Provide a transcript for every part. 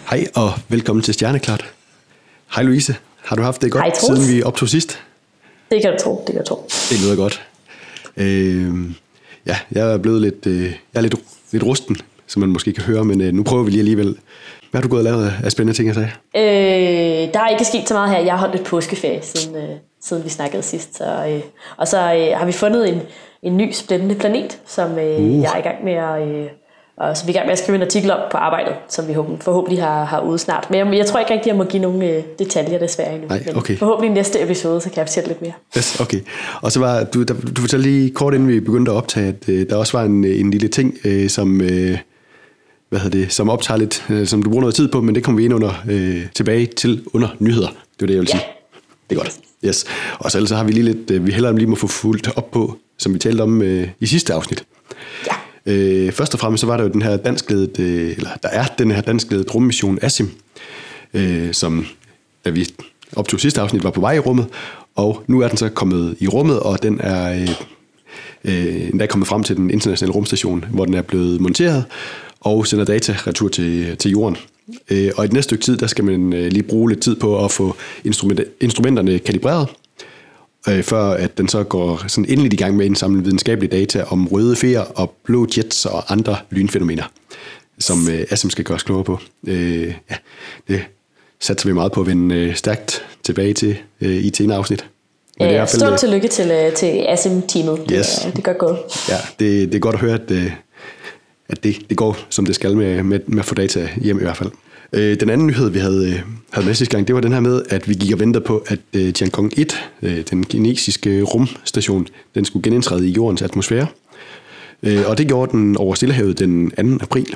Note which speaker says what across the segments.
Speaker 1: Hej og velkommen til Stjerneklart. Hej Louise, har du haft det godt, siden vi optog sidst?
Speaker 2: Det kan du tro,
Speaker 1: Det lyder godt. Jeg er blevet lidt rusten, som man måske kan høre, men nu prøver vi lige alligevel. Hvad har du gået og lavet af spændende ting at sige?
Speaker 2: Der er ikke sket så meget her. Jeg har holdt et påskeferie, siden vi snakkede sidst. Og så har vi fundet en ny spændende planet, som jeg er i gang med og så vi er i gang med at skrive en artikel om på arbejdet, som vi forhåbentlig har ude snart. Men jeg tror ikke rigtig, jeg må give nogle detaljer desværre endnu.
Speaker 1: Nej, okay.
Speaker 2: Men forhåbentlig næste episode, så kan jeg fortælle lidt mere.
Speaker 1: Yes, okay. Og så var du fortalte lige kort inden vi begyndte at optage, at der også var en lille ting, som optager lidt, som du bruger noget tid på, men det kommer vi ind tilbage til under nyheder. Det var det, jeg ville sige. Det er godt. Yes. Og så ellers har vi lige lidt, vi hellere lige må få fulgt op på, som vi talte om i sidste afsnit.
Speaker 2: Ja.
Speaker 1: Først og fremmest så var der jo den her danskledede rummission ASIM, som da vi optog sidste afsnit var på vej i rummet, og nu er den så kommet i rummet, og den er endda kommet frem til den internationale rumstation, hvor den er blevet monteret og sender data retur til jorden. Og i det næste stykke tid, der skal man lige bruge lidt tid på at få instrumenterne kalibreret, før at den så går sådan endeligt i gang med at indsamle videnskabelige data om røde feer og blå jets og andre lynfænomener, som ASIM skal gøres klogere på. Det satser vi meget på at vende stærkt tilbage til i et senere afsnit.
Speaker 2: Stort tillykke til ASIM-teamet.
Speaker 1: Yes.
Speaker 2: Det er godt gået.
Speaker 1: Ja, det er godt at høre, at det går, som det skal med at få data hjem i hvert fald. Den anden nyhed, vi havde med sidste gang, det var den her med, at vi gik og ventede på, at Tiangong 1, den kinesiske rumstation, den skulle genindtræde i jordens atmosfære. Og det gjorde den over Stillehavet den 2. april.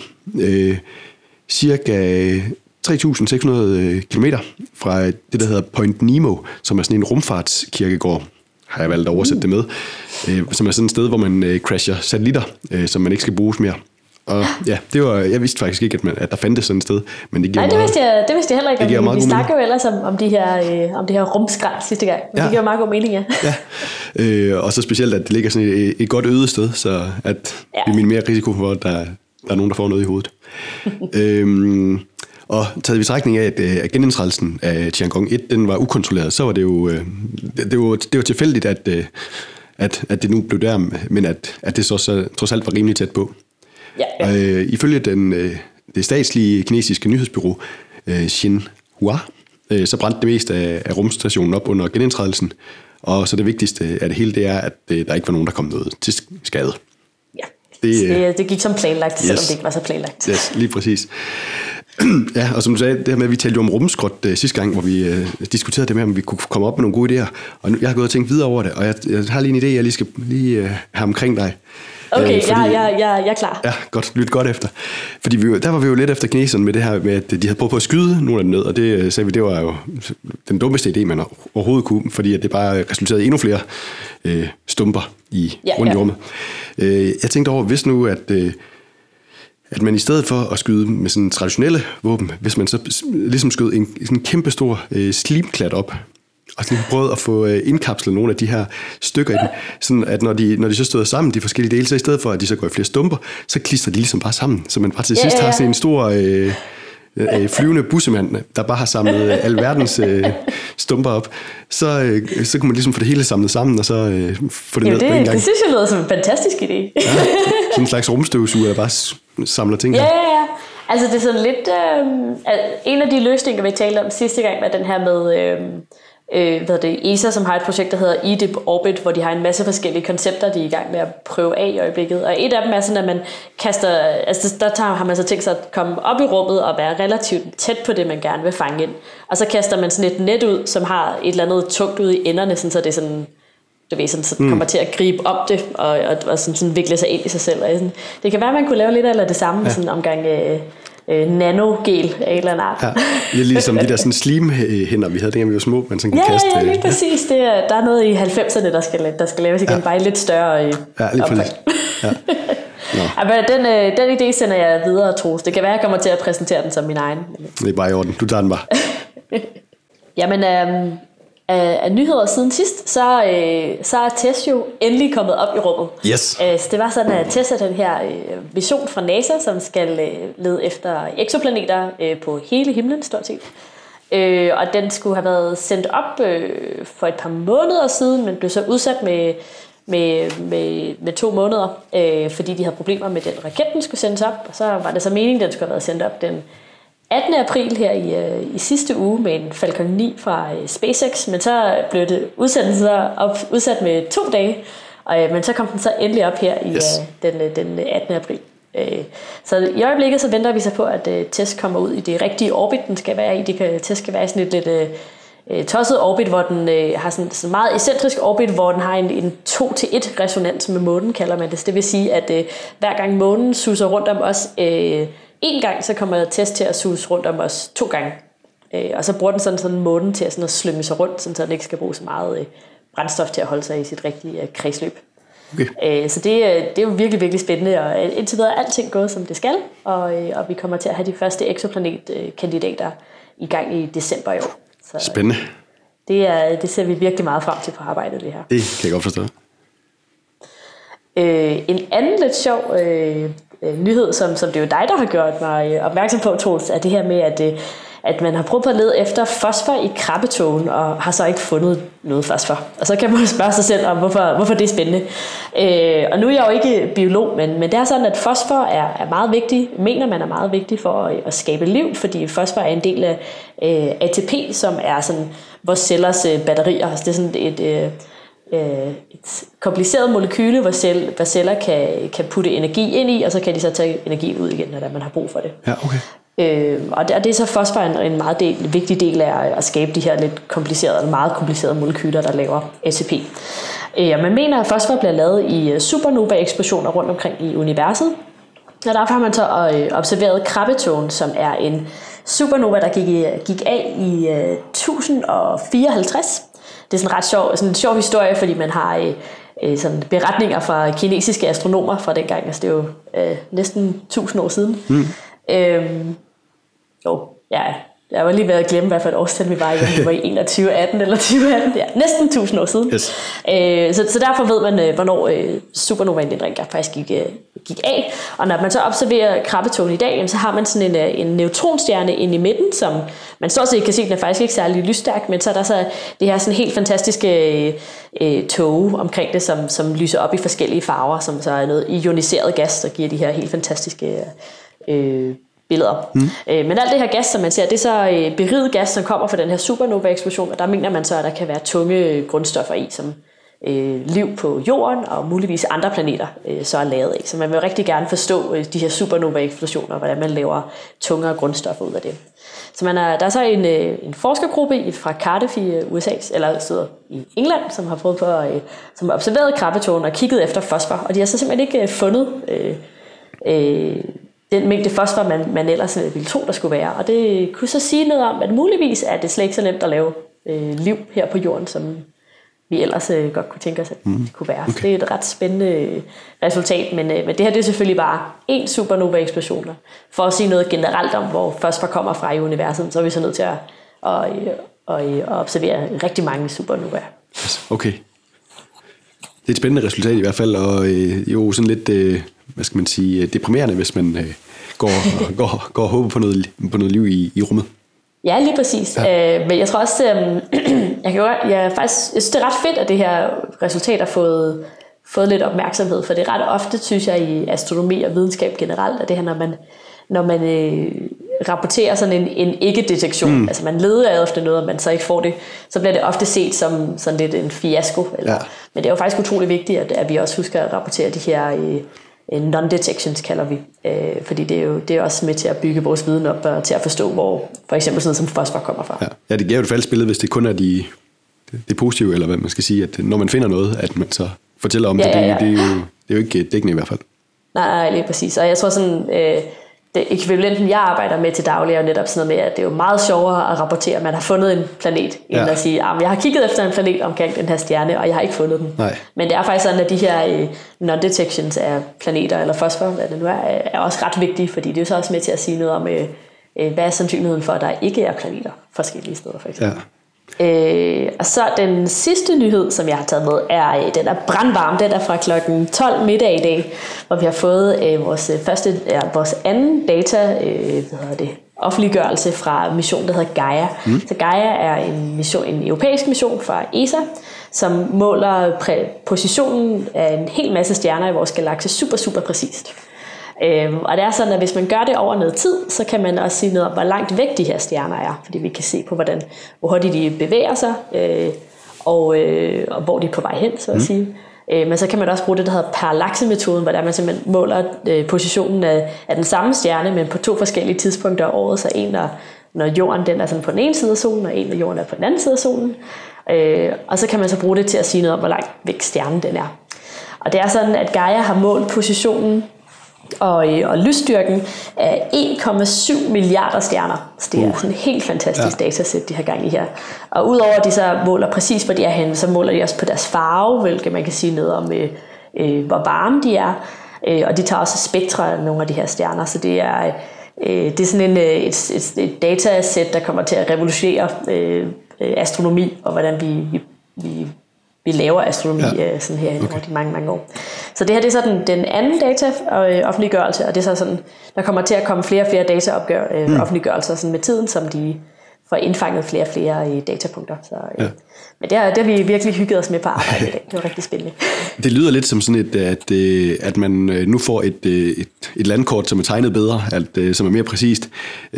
Speaker 1: Cirka 3.600 kilometer fra det, der hedder Point Nemo, som er sådan en rumfartskirkegård, har jeg valgt at oversætte det med, som er sådan et sted, hvor man crasher satellitter, som man ikke skal bruges mere. Og ja, jeg vidste faktisk ikke, at der fandtes sådan et sted, men det giver
Speaker 2: det vidste jeg heller ikke. Vi snakker jo ellers om det her rumskrald sidste gang, men det giver meget god mening, ja.
Speaker 1: Ja, og så specielt, at det ligger sådan et godt øde sted, så at vi minimerer risiko for, at der er nogen, der får noget i hovedet. Og taget i betragtning af, at genindtrædelsen af Tiangong 1, den var ukontrolleret, så var det jo tilfældigt, at det nu blev der, men at det så trods alt var rimelig tæt på. Ja. Ifølge det statslige kinesiske nyhedsbureau Xinhua, så brændte det meste af rumstationen op under genindtrædelsen, og så det vigtigste af det hele, det er, at der ikke var nogen, der kom noget til skade.
Speaker 2: Ja, det gik som planlagt, selvom det ikke var så planlagt.
Speaker 1: Yes, lige præcis. Ja, og som du sagde, det her med, at vi talte jo om rumskrot sidste gang, hvor vi diskuterede det med, om vi kunne komme op med nogle gode idéer, og jeg har gået og tænkt videre over det, og jeg har lige en idé, jeg lige skal have omkring dig.
Speaker 2: Okay, jeg er klar.
Speaker 1: Ja, godt. Lyt godt efter. Fordi der var vi jo lidt efter kineserne med det her med, at de havde prøvet på at skyde nogle af dem ned, og det sagde vi, det var jo den dummeste idé, man overhovedet kunne, fordi at det bare resulterede i endnu flere stumper rundt i rummet. Jeg tænkte over, hvis nu, at man i stedet for at skyde med sådan traditionelle våben, hvis man så ligesom skød en kæmpe stor slimklat op, og så prøvede at få indkapslet nogle af de her stykker i den, sådan at når de så stod sammen, de forskellige dele, så i stedet for, at de så går i flere stumper, så klister de ligesom bare sammen, så man bare til sidst har sådan en stor flyvende bussemand, der bare har samlet alverdens stumper op, så kunne man ligesom få det hele samlet sammen, og så få det ned på en gang.
Speaker 2: Det synes jeg lyder som en fantastisk idé.
Speaker 1: Ja, sådan en slags rumstøvsuger, der bare samler ting.
Speaker 2: Ja. Altså det er sådan lidt, en af de løsninger, vi talte om sidste gang, var den her med ESA, som har et projekt, der hedder EDIP Orbit, hvor de har en masse forskellige koncepter, de er i gang med at prøve af i øjeblikket. Og et af dem er sådan, at man kaster, altså har man så tænkt sig at komme op i rummet og være relativt tæt på det, man gerne vil fange ind. Og så kaster man sådan et net ud, som har et eller andet tungt ud i enderne, sådan, så det er sådan, så det kommer til at gribe om det, og sådan vikle sig ind i sig selv. Og sådan. Det kan være, at man kunne lave lidt eller det samme med sådan en omgang nanogel af et eller andet art.
Speaker 1: Ja, lidt ligesom de der sådan slimhænder, vi havde dengang vi var små, man sådan kunne kaste.
Speaker 2: Ja, lige præcis. Der er noget i 90'erne, der skal laves igen, bare lidt større
Speaker 1: omfang. Ja.
Speaker 2: Den idé sender jeg videre, Troels. Det kan være, at jeg kommer til at præsentere den som min egen.
Speaker 1: Det er bare i orden. Du tager den bare.
Speaker 2: Jamen, af nyheder siden sidst, så er TESS jo endelig kommet op i rummet.
Speaker 1: Yes.
Speaker 2: Så det var sådan, at TESS er den her mission fra NASA, som skal lede efter eksoplaneter på hele himlen, stort set. Og den skulle have været sendt op for et par måneder siden, men blev så udsat med 2 måneder, fordi de havde problemer med den raket, den skulle sendes op. Og så var det så meningen, at den skulle have været sendt op den 18. april her i sidste uge med en Falcon 9 fra SpaceX, men så blev det udsat med 2 dage, men så kom den så endelig op her i den 18. april. Så i øjeblikket så venter vi så på, at TESS kommer ud i det rigtige orbit, den skal være i. TESS skal være i sådan et lidt tosset orbit, hvor den har sådan meget excentrisk orbit, hvor den har en 2-1 resonans med månen, kalder man det. Så det vil sige, at hver gang månen suser rundt om os en gang, så kommer TESS til at suse rundt om os 2 gange. Og så bruger den sådan månen til at slynge sig rundt, så den ikke skal bruge så meget brændstof til at holde sig i sit rigtige kredsløb. Okay. Så det er jo virkelig, virkelig spændende, og indtil videre er alting gået, som det skal, og vi kommer til at have de første exoplanet-kandidater i gang i december i år. Så
Speaker 1: spændende.
Speaker 2: Det ser vi virkelig meget frem til på arbejdet, det her. Det
Speaker 1: kan jeg godt forstå.
Speaker 2: En anden lidt sjov nyhed, som det er jo dig, der har gjort mig opmærksom på, Troels, er det her med, at man har prøvet på at lede efter fosfor i krabbetogen, og har så ikke fundet noget fosfor. Og så kan man spørge sig selv om, hvorfor det er spændende. Og nu er jeg jo ikke biolog, men det er sådan, at fosfor er meget vigtig, mener man er meget vigtig for at skabe liv, fordi fosfor er en del af ATP, som er sådan vores cellers batterier. Altså det er sådan et kompliceret molekyle, hvor celler kan putte energi ind i, og så kan de så tage energi ud igen, når man har brug for det.
Speaker 1: Ja, okay.
Speaker 2: Og det er så fosfor en meget vigtig del af at skabe de her lidt komplicerede, eller meget komplicerede molekyler, der laver ATP. Og man mener, at fosfor bliver lavet i supernova-eksplosioner rundt omkring i universet. Og derfor har man så observeret krabbetogen, som er en supernova, der gik af i 1054. Det er sådan en sjov historie, fordi man har sådan beretninger fra kinesiske astronomer fra dengang. Altså det er jo næsten 1000 år siden. Jeg var lige ved at glemme, hvad for et årstal vi var i. Vi var i 2018 eller 2018. Ja, næsten 1000 år siden. Yes. Så derfor ved man, hvornår supernovaen den rent faktisk gik af. Og når man så observerer krabbetogen i dag, så har man sådan en neutronstjerne inde i midten, som man stort set kan se, den er faktisk ikke særlig lysstærk, men så er der så det her sådan helt fantastiske tåge omkring det, som lyser op i forskellige farver, som så er noget ioniseret gas, der giver de her helt fantastiske billeder. Men alt det her gas, som man ser, det er så beriget gas, som kommer fra den her supernova-eksplosion, og der mener man så, at der kan være tunge grundstoffer i, som liv på jorden og muligvis andre planeter så er lavet af. Så man vil rigtig gerne forstå de her supernova-eksplosioner, hvordan man laver tungere grundstoffer ud af det. Så der er så en forskergruppe fra Cardiff i USA, eller i England, som har prøvet på som har observeret krabbetogen og kigget efter fosfor, og de har så simpelthen ikke fundet den mængde fosfor, man ellers ville tro, der skulle være. Og det kunne så sige noget om, at muligvis er det slet ikke så nemt at lave liv her på jorden, som vi ellers godt kunne tænke os, at det kunne være. Okay. Det er et ret spændende resultat, men det her det er selvfølgelig bare en supernova-eksplosion. For at sige noget generelt om, hvor fosfor kommer fra i universet, så er vi så nødt til at observere rigtig mange supernovaer.
Speaker 1: Okay. Det er et spændende resultat i hvert fald, og jo sådan lidt, hvad skal man sige, deprimerende, hvis man går og håber på noget liv i rummet.
Speaker 2: Ja, lige præcis. Ja. Men jeg tror også, jeg synes, det er ret fedt, at det her resultat har fået lidt opmærksomhed, for det er ret ofte, synes jeg, i astronomi og videnskab generelt, at det her, når man rapporterer sådan en ikke-detektion, altså man leder efter noget, og man så ikke får det, så bliver det ofte set som sådan lidt en fiasko. Ja. Men det er jo faktisk utrolig vigtigt, at vi også husker at rapportere de her non-detections, kalder vi. Fordi det er også med til at bygge vores viden op, og til at forstå, hvor for eksempel sådan noget som fosfor kommer fra.
Speaker 1: Ja, det giver jo et falsk billede, hvis det kun er det positive, eller hvad man skal sige, at når man finder noget, at man så fortæller om det. Det er jo ikke dækkende i hvert fald.
Speaker 2: Nej, lige præcis. Og jeg tror sådan, det ekvivalenten, jeg arbejder med til daglig, er jo netop sådan noget med, at det er jo meget sjovere at rapportere, at man har fundet en planet, end at sige, at jeg har kigget efter en planet omkring den her stjerne, og jeg har ikke fundet den. Nej. Men det er faktisk sådan, at de her non-detections af planeter, eller fosfor, hvad det nu er også ret vigtige, fordi det er jo så også med til at sige noget om, hvad er sandsynligheden for, at der ikke er planeter forskellige steder, for eksempel. Og så den sidste nyhed, som jeg har taget med, den er brandvarm. Den er fra klokken 12 middag i dag, hvor vi har fået vores anden data, offentliggørelse fra missionen, der hedder Gaia. Så Gaia er en europæisk mission fra ESA, som måler positionen af en hel masse stjerner i vores galakse super, super præcist. Og det er sådan, at hvis man gør det over noget tid, så kan man også sige noget om, hvor langt væk de her stjerner er, fordi vi kan se på, hvor hurtigt de bevæger sig, og hvor de er på vej hen, så at sige. Men så kan man også bruge det, der hedder parallaxe-metoden, hvor man simpelthen måler positionen af den samme stjerne, men på 2 forskellige tidspunkter af året, så en når jorden den er sådan på den ene side af solen, og en når jorden er på den anden side af solen. Og så kan man så bruge det til at sige noget om, hvor langt væk stjernen den er. Og det er sådan, at Gaia har målt positionen og lysstyrken af 1,7 milliarder stjerner. Så det er sådan et helt fantastisk datasæt, de har gang i her. Og udover at de så måler præcis, hvor de er henne, så måler de også på deres farve, hvilket man kan sige noget om, hvor varme de er. Og de tager også spektre af nogle af de her stjerner, så det er sådan et datasæt, der kommer til at revolutionere astronomi, og hvordan vi laver astronomi sådan her over de mange, mange år. Så det her det er så den anden data-offentliggørelse, og det er så sådan, der kommer til at komme flere og flere data-offentliggørelser sådan med tiden, som de får indfanget flere og flere datapunkter. Så, men det har vi virkelig hygget os med på arbejde i dag. Det var rigtig spændende. Det
Speaker 1: lyder lidt som sådan at man nu får et landkort, som er tegnet bedre, som er mere præcist.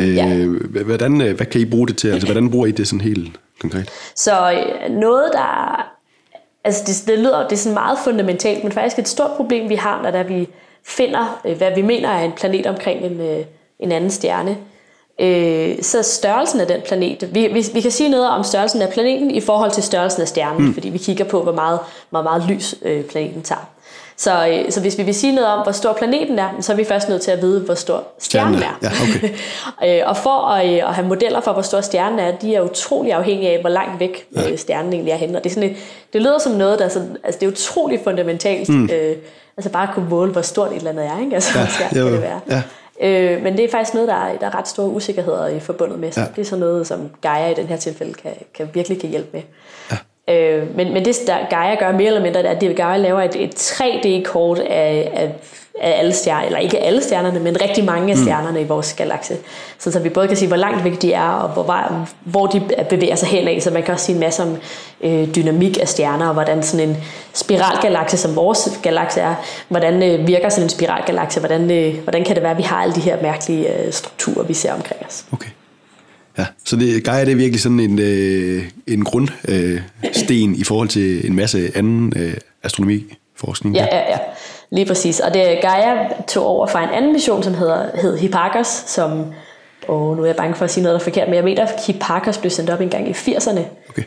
Speaker 1: Hvad kan I bruge det til? Altså, hvordan bruger I det sådan helt konkret?
Speaker 2: Så noget, der... Altså det er sådan meget fundamentalt, men faktisk et stort problem, vi har, når vi finder, hvad vi mener er en planet omkring en anden stjerne. Så størrelsen af den planet, vi kan sige noget om størrelsen af planeten i forhold til størrelsen af stjernen, fordi vi kigger på, hvor meget lys planeten tager. Så hvis vi vil sige noget om, hvor stor planeten er, så er vi først nødt til at vide, hvor stor stjernen er.
Speaker 1: Ja, okay.
Speaker 2: Og for at have modeller for, hvor stor stjernen er, de er utrolig afhængige af, hvor langt væk stjernen egentlig er henne. Og det lyder som noget, der sådan, altså det er utrolig fundamentalt. Altså bare at kunne måle, hvor stort et eller andet er, ikke? Altså, hvor stærkt kan det være. Ja. Men det er faktisk noget, der er ret store usikkerheder i forbundet med. Så det er sådan noget, som Gaia i den her tilfælde kan virkelig hjælpe med. Ja. Men det, der Gaia gør mere eller mindre, er, at Gaia laver et 3D-kort af alle stjerner, eller ikke alle stjernerne, men rigtig mange af stjernerne i vores galakse. Så vi både kan sige, hvor langt væk de er, og hvor de bevæger sig henad. Så man kan også sige en masse om dynamik af stjerner, og hvordan sådan en spiralgalakse, som vores galakse er, hvordan virker sådan en spiralgalakse, hvordan kan det være, at vi har alle de her mærkelige strukturer, vi ser omkring os.
Speaker 1: Okay. Ja, så Gaia det er virkelig sådan en grundsten i forhold til en masse anden astronomiforskning.
Speaker 2: Ja, lige præcis. Og Gaia tog over fra en anden mission, som hed Hipparcos, som, nu er jeg bange for at sige noget, der er forkert, men jeg mener, at Hipparcos blev sendt op en gang i 80'erne. Okay.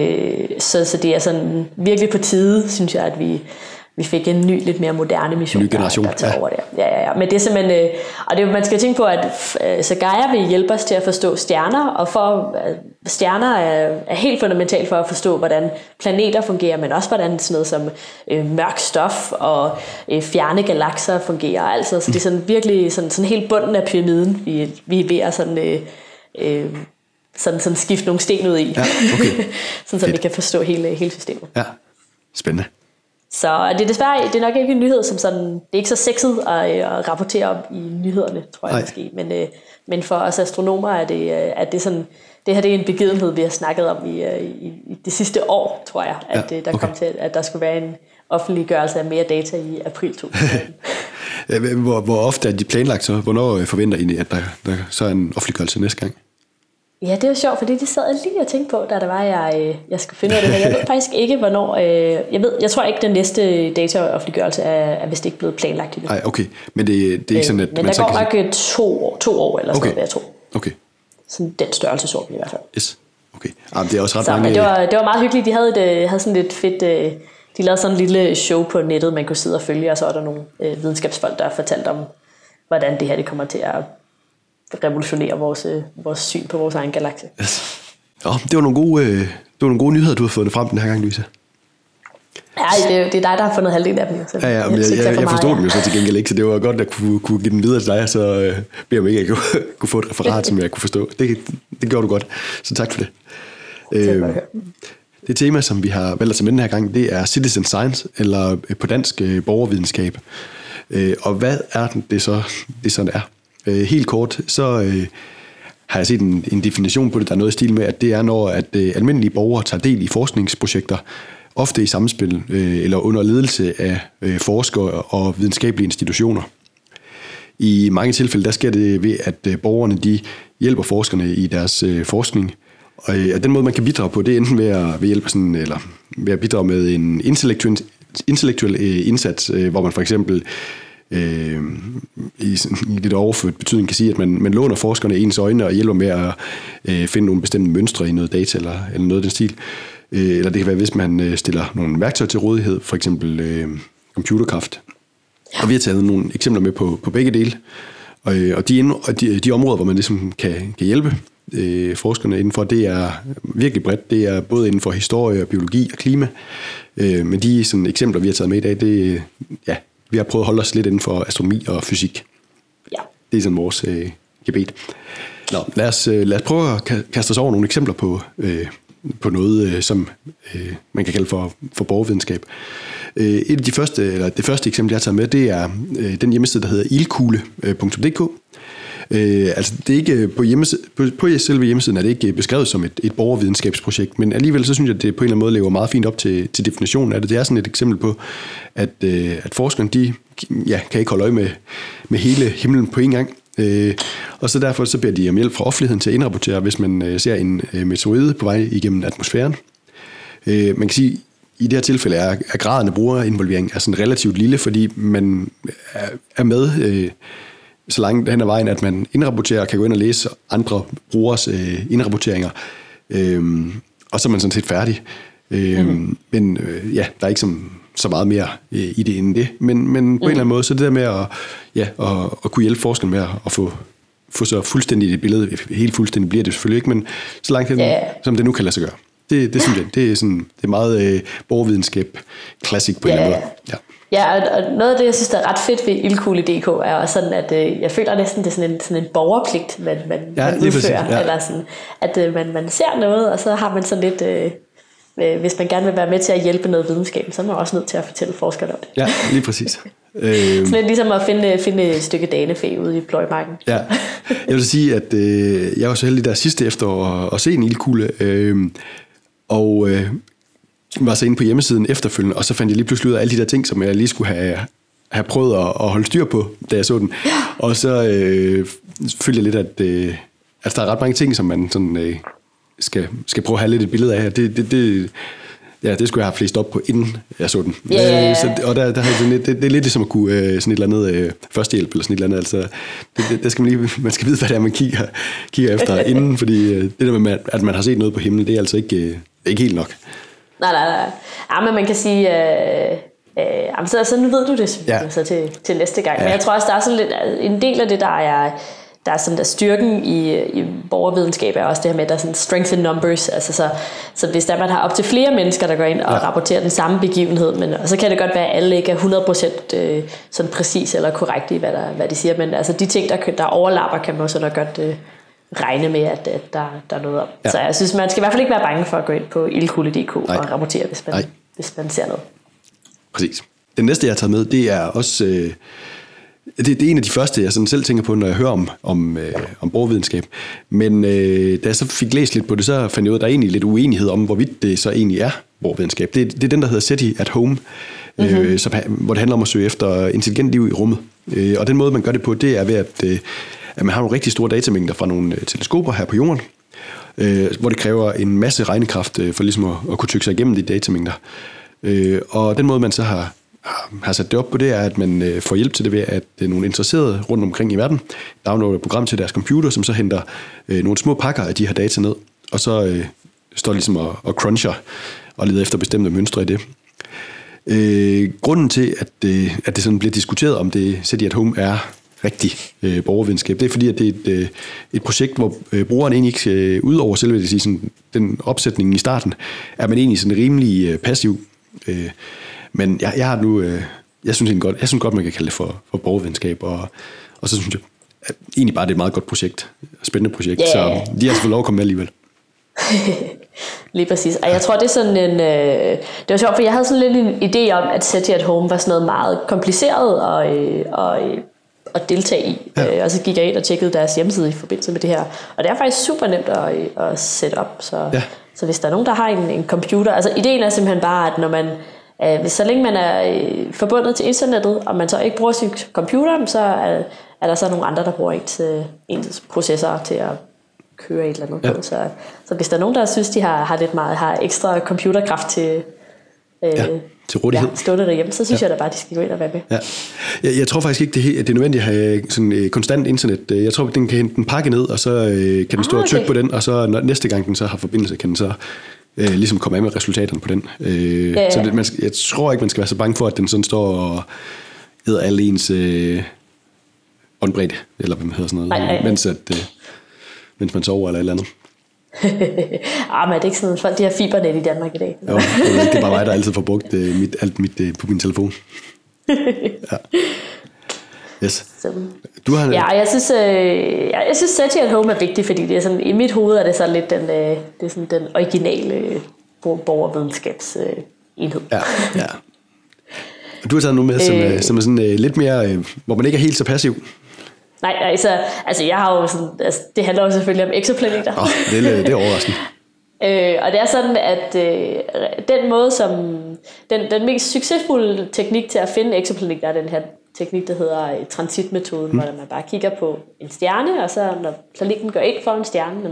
Speaker 2: Så det er sådan virkelig på tide, synes jeg, at vi fik en ny, lidt mere moderne mission,
Speaker 1: ny generation,
Speaker 2: der tager over der. Ja. Men det er simpelthen, og man skal tænke på, at så Gaia vil hjælpe os til at forstå stjerner, og stjerner er helt fundamentalt for at forstå, hvordan planeter fungerer, men også hvordan sådan noget som mørk stof og fjerne galakser fungerer. Altså, så det er sådan virkelig sådan helt bunden af pyramiden, vi er ved at sådan skifte nogle sten ud i, sådan så vi kan forstå hele systemet.
Speaker 1: Ja, spændende.
Speaker 2: Så det er desværre, det er nok ikke en nyhed, som sådan, det er ikke så sexet at rapportere om i nyhederne, tror jeg måske. Men for os astronomer er det sådan, det her det er en begivenhed, vi har snakket om i det sidste år, tror jeg, at der kom til, at der skulle være en offentliggørelse af mere data i april 2000.
Speaker 1: Hvor ofte er de planlagt så? Hvornår forventer I, at der så er en offentliggørelse næste gang?
Speaker 2: Ja, det er sjovt, fordi det sad jeg lige og tænkte på, da det var, jeg skulle finde ud af det her. Jeg ved faktisk ikke, hvornår... Jeg tror ikke, den næste data-offentliggørelse er vist ikke blevet planlagt endnu.
Speaker 1: Nej, okay. Men det er ikke sådan, at...
Speaker 2: Men der går nok 2 år eller sådan noget, jeg tror.
Speaker 1: Okay.
Speaker 2: Sådan den størrelsesorden i hvert fald.
Speaker 1: Yes. Okay. Det er også ret mange...
Speaker 2: Men det var meget hyggeligt. De havde sådan lidt fedt... De lavede sådan en lille show på nettet, man kunne sidde og følge, og så er der nogle videnskabsfolk, der fortalte om, hvordan det her det kommer til at revolutionere vores syn på vores egen galakse.
Speaker 1: Yes. Det var nogle gode nyheder, du har fået frem den her gang, Louise.
Speaker 2: Ja, det er dig, der har fundet halvdelen af dem. Så
Speaker 1: ja, men jeg forstod dem jo så til gengæld ikke, så det var godt at kunne give den videre til dig, så beder mig ikke, at jeg kunne få et referat, som jeg kunne forstå. Det gjorde du godt, så tak for det. Det tema, som vi har valgt at tage med den her gang, det er Citizen Science, eller på dansk borgervidenskab. Og hvad er det så, det sådan er? Helt kort, så har jeg set en definition på det, der er noget i stil med, at det er, når at almindelige borgere tager del i forskningsprojekter, ofte i samspil eller under ledelse af forskere og videnskabelige institutioner. I mange tilfælde, der sker det ved, at borgerne de hjælper forskerne i deres forskning. Og den måde, man kan bidrage på, det er enten ved at bidrage med en intellektuel indsats, hvor man for eksempel i lidt overført betydning kan sige, at man låner forskerne ens øjne og hjælper med at finde nogle bestemte mønstre i noget data eller noget af den stil. Eller det kan være, hvis man stiller nogle værktøjer til rådighed, for eksempel computerkraft. Og vi har taget nogle eksempler med på begge dele. Og de områder, hvor man ligesom kan hjælpe forskerne indenfor, det er virkelig bredt. Det er både inden for historie, biologi og klima. Men de sådan, eksempler, vi har taget med i dag, vi har prøvet at holde os lidt inden for astronomi og fysik.
Speaker 2: Ja.
Speaker 1: Det er sådan vores gebet. Nå, lad os prøve at kaste os over nogle eksempler på noget, som man kan kalde for borgervidenskab. Det første eksempel, jeg har taget med, det er den hjemmeside, der hedder ildkugle.dk. Altså det er ikke på selve hjemmesiden er det ikke beskrevet som et borgervidenskabsprojekt, men alligevel så synes jeg, at det på en eller anden måde lever meget fint op til definitionen af det. Det er sådan et eksempel på, at forskerne de kan ikke holde øje med hele himlen på en gang. Og så derfor så beder de om hjælp fra offentligheden til at indrapportere, hvis man ser en meteorid på vej igennem atmosfæren. Man kan sige, i det her tilfælde er graden af brugerinvolvering er sådan relativt lille, fordi man er med så langt hen ad vejen, at man indrapporterer og kan gå ind og læse andre brugers indrapporteringer, og så er man sådan set færdig. Men der er ikke så meget mere i det end det. Men på en eller anden måde, så det der med at kunne hjælpe forskerne med at få så fuldstændigt et billede, helt fuldstændigt bliver det selvfølgelig ikke, men så langt hen, som det nu kan lade sig gøre. Det synes jeg, det er meget borgervidenskab klassik på en eller anden måde. Ja.
Speaker 2: Ja, og noget af det, jeg synes, der er ret fedt ved ildkugle.dk, er også sådan, at jeg føler næsten, det er sådan en borgerpligt, man udfører. Præcis, eller sådan, at man ser noget, og så har man sådan lidt, hvis man gerne vil være med til at hjælpe noget videnskab, så er man også nødt til at fortælle forskerne om det.
Speaker 1: Ja, lige præcis.
Speaker 2: Sådan lidt ligesom at finde et stykke danefæ ude i pløjemarken. Ja,
Speaker 1: jeg vil sige, at jeg var så heldig der sidste efterår at se en ildkugle, og var så inde på hjemmesiden efterfølgende, og så fandt jeg lige pludselig ud af alle de der ting, som jeg lige skulle have prøvet at holde styr på, da jeg så den. Og så følte jeg lidt, at der er ret mange ting, som man sådan, skal prøve at have lidt et billede af her. Det skulle jeg have flest op på, inden jeg så den. Og der har det er lidt ligesom at kunne sådan et eller andet førstehjælp eller sådan et eller andet. Altså, der skal man skal vide, hvad det er, man kigger efter inden, fordi det der med, at man har set noget på himlen, det er altså ikke helt nok. Nej.
Speaker 2: Ja, men man kan sige, så nu ved du det så til næste gang. Men jeg tror også, der er sådan lidt, en del af det, der er sådan der styrken i borgervidenskab, er også det her med, at der er sådan strength in numbers. Altså så hvis der man har op til flere mennesker, der går ind og rapporterer den samme begivenhed, og så kan det godt være, at alle ikke er 100% sådan præcis eller korrekt i, hvad de siger, men altså de ting, der overlapper, kan man også da godt regne med, at der er noget om. Ja. Så jeg synes, man skal i hvert fald ikke være bange for at gå ind på ildkugle.dk og rapportere, hvis man ser noget.
Speaker 1: Præcis. Den næste, jeg har taget med, det er også det er en af de første, jeg sådan selv tænker på, når jeg hører om borgervidenskab. Men da jeg så fik læst lidt på det, så fandt jeg ud af, at der er egentlig lidt uenighed om, hvorvidt det så egentlig er borgervidenskab. Det er den, der hedder SETI at Home, hvor det handler om at søge efter intelligent liv i rummet. Og den måde, man gør det på, det er ved, at man har nogle rigtig store datamængder fra nogle teleskoper her på jorden, hvor det kræver en masse regnekraft for ligesom at kunne tykke sig igennem de datamængder. Og den måde, man så har sat det op på, det er, at man får hjælp til det ved, at nogle interesserede rundt omkring i verden downloader et program til deres computer, som så henter nogle små pakker af de her data ned, og så står ligesom og cruncher og leder efter bestemte mønstre i det. Grunden til, at det sådan bliver diskuteret, om det SETI at Home er rigtig borgervidenskab, det er fordi, at det er et projekt, hvor brugeren egentlig ikke ud over selve sådan, den opsætning i starten, er man egentlig sådan rimelig passiv. Men jeg synes godt, man kan kalde det for borgervidenskab, og så synes jeg at egentlig bare, det er et meget godt projekt, spændende projekt, så de har selvfølgelig lov at komme med alligevel.
Speaker 2: Lige præcis. Og jeg tror, det er sådan en... det var sjovt, for jeg havde sådan lidt en idé om, at SETI at Home var sådan noget meget kompliceret at deltage i. Ja. Og så gik jeg ind og tjekkede deres hjemmeside i forbindelse med det her. Og det er faktisk super nemt at sætte op. Så hvis der er nogen, der har en computer... Altså ideen er simpelthen bare, at når man... så længe man er forbundet til internettet, og man så ikke bruger sin computer, så er der så nogle andre, der bruger ens processorer til at køre et eller andet på. Så hvis der er nogen, der synes, de har ekstra computerkraft til
Speaker 1: rådighed.
Speaker 2: Stående derhjemme, så synes jeg da bare, de skal gå ind og være med.
Speaker 1: Ja. Jeg tror faktisk ikke, det er nødvendigt at have sådan konstant internet. Jeg tror, den kan hente en pakke ned, og så kan den stå og trykke på den, og så næste gang den så har forbindelse, kan den så ligesom komme af med resultaterne på den. Så jeg tror ikke, man skal være så bange for, at den sådan står og æder alle ens åndbredde, eller hvad man hedder sådan noget, mens man sover eller et eller andet.
Speaker 2: Men er det ikke sådan, folk de har fibernet i Danmark i dag?
Speaker 1: Jo, det er bare mig, der altid får brugt alt mit på min telefon. Ja. Yes. Du har
Speaker 2: jeg synes SETI at Home er vigtig, fordi det er sådan, i mit hoved er det så lidt det er sådan den originale borgervidenskabsenhed.
Speaker 1: Ja. Og du har taget noget med, som er sådan lidt mere, hvor man ikke er helt så passiv.
Speaker 2: Nej, så altså jeg har jo sådan, altså, det handler jo selvfølgelig om eksoplaneter.
Speaker 1: Det er overraskende.
Speaker 2: Og det er sådan, at den måde som den mest succesfulde teknik til at finde eksoplaneter er den her teknik, der hedder transitmetoden, hvor man bare kigger på en stjerne, og så når planeten går ind for en stjerne,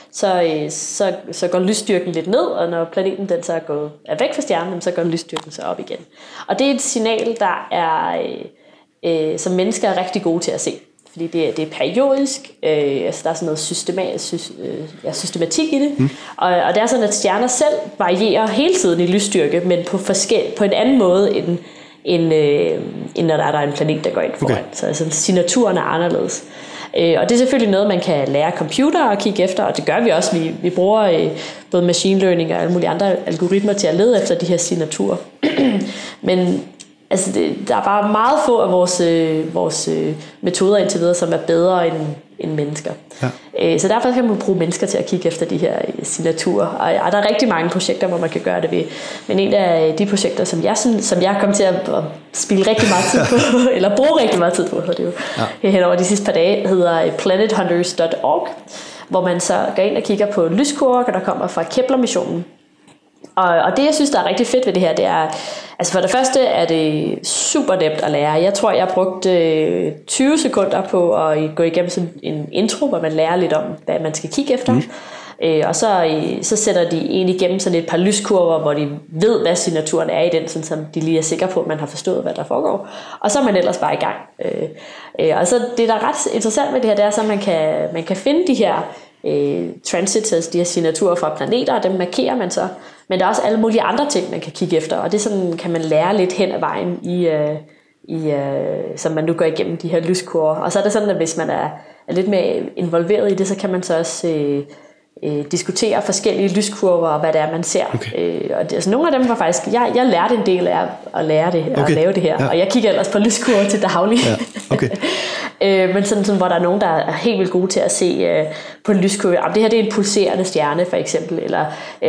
Speaker 2: så går lysstyrken lidt ned, og når planeten den så er væk fra stjernen, så går lysstyrken så op igen. Og det er et signal, der er som mennesker er rigtig gode til at se. Fordi det er periodisk, altså der er sådan noget systematik i det, og det er sådan, at stjerner selv varierer hele tiden i lysstyrke, men på en anden måde, end når der er en planet, der går ind foran. Okay. Så altså, signaturen er anderledes. Og det er selvfølgelig noget, man kan lære computer at kigge efter, og det gør vi også. Vi bruger både machine learning og alle mulige andre algoritmer til at lede efter de her signaturer. Men altså der er bare meget få af vores metoder indtil videre, som er bedre end mennesker. Ja. Så derfor kan man bruge mennesker til at kigge efter de her signaturer. Og der er rigtig mange projekter, hvor man kan gøre det ved. Men en af de projekter, som jeg kom til at spille rigtig meget tid på, eller bruge rigtig meget tid på, så det jo hen over de sidste par dage, hedder planethunters.org, hvor man så går ind og kigger på lyskurver, der kommer fra Kepler-missionen. Og det, jeg synes, der er rigtig fedt ved det her, det er, altså for det første er det super nemt at lære. Jeg tror, jeg brugte 20 sekunder på at gå igennem sådan en intro, hvor man lærer lidt om, hvad man skal kigge efter. Og så sætter de egentlig igennem sådan et par lyskurver, hvor de ved, hvad signaturen er i den, sådan som de lige er sikre på, at man har forstået, hvad der foregår. Og så er man ellers bare i gang. Og så det, der er ret interessant med det her, det er, så man kan finde de her transits, altså de her signaturer fra planeter, og dem markerer man så. Men der er også alle mulige andre ting, man kan kigge efter, og det sådan, kan man lære lidt hen ad vejen, som man nu går igennem de her lyskurver. Og så er det sådan, at hvis man er lidt mere involveret i det, så kan man så også diskutere forskellige lyskurver og hvad det er, man ser. Okay. Og det, altså, nogle af dem var faktisk... Jeg lærte en del af at lære det og lave det her, og jeg kigger ellers på lyskurver til daglig. Ja. Okay. Men sådan, hvor der er nogen, der er helt vildt gode til at se på en lyskurve. Det her det er en pulserende stjerne, for eksempel. Eller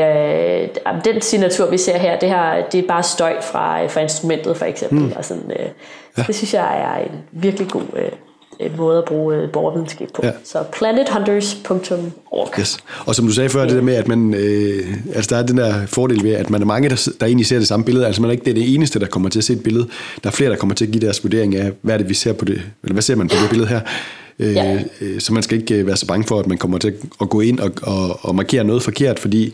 Speaker 2: den signatur, vi ser her, det er bare støj fra instrumentet, for eksempel. Og sådan, det synes jeg er en virkelig god... måde at bruge borgervidenskab på. Ja. Så planethunters.org.
Speaker 1: Yes. Og som du sagde før, det der med, at man, altså der er den der fordel ved, at man er mange, der egentlig ser det samme billede. Altså man er ikke det eneste, der kommer til at se et billede. Der er flere, der kommer til at give deres vurdering af, hvad er det, vi ser på det, eller hvad ser man på det billede her. Så man skal ikke være så bange for, at man kommer til at gå ind og markere noget forkert, fordi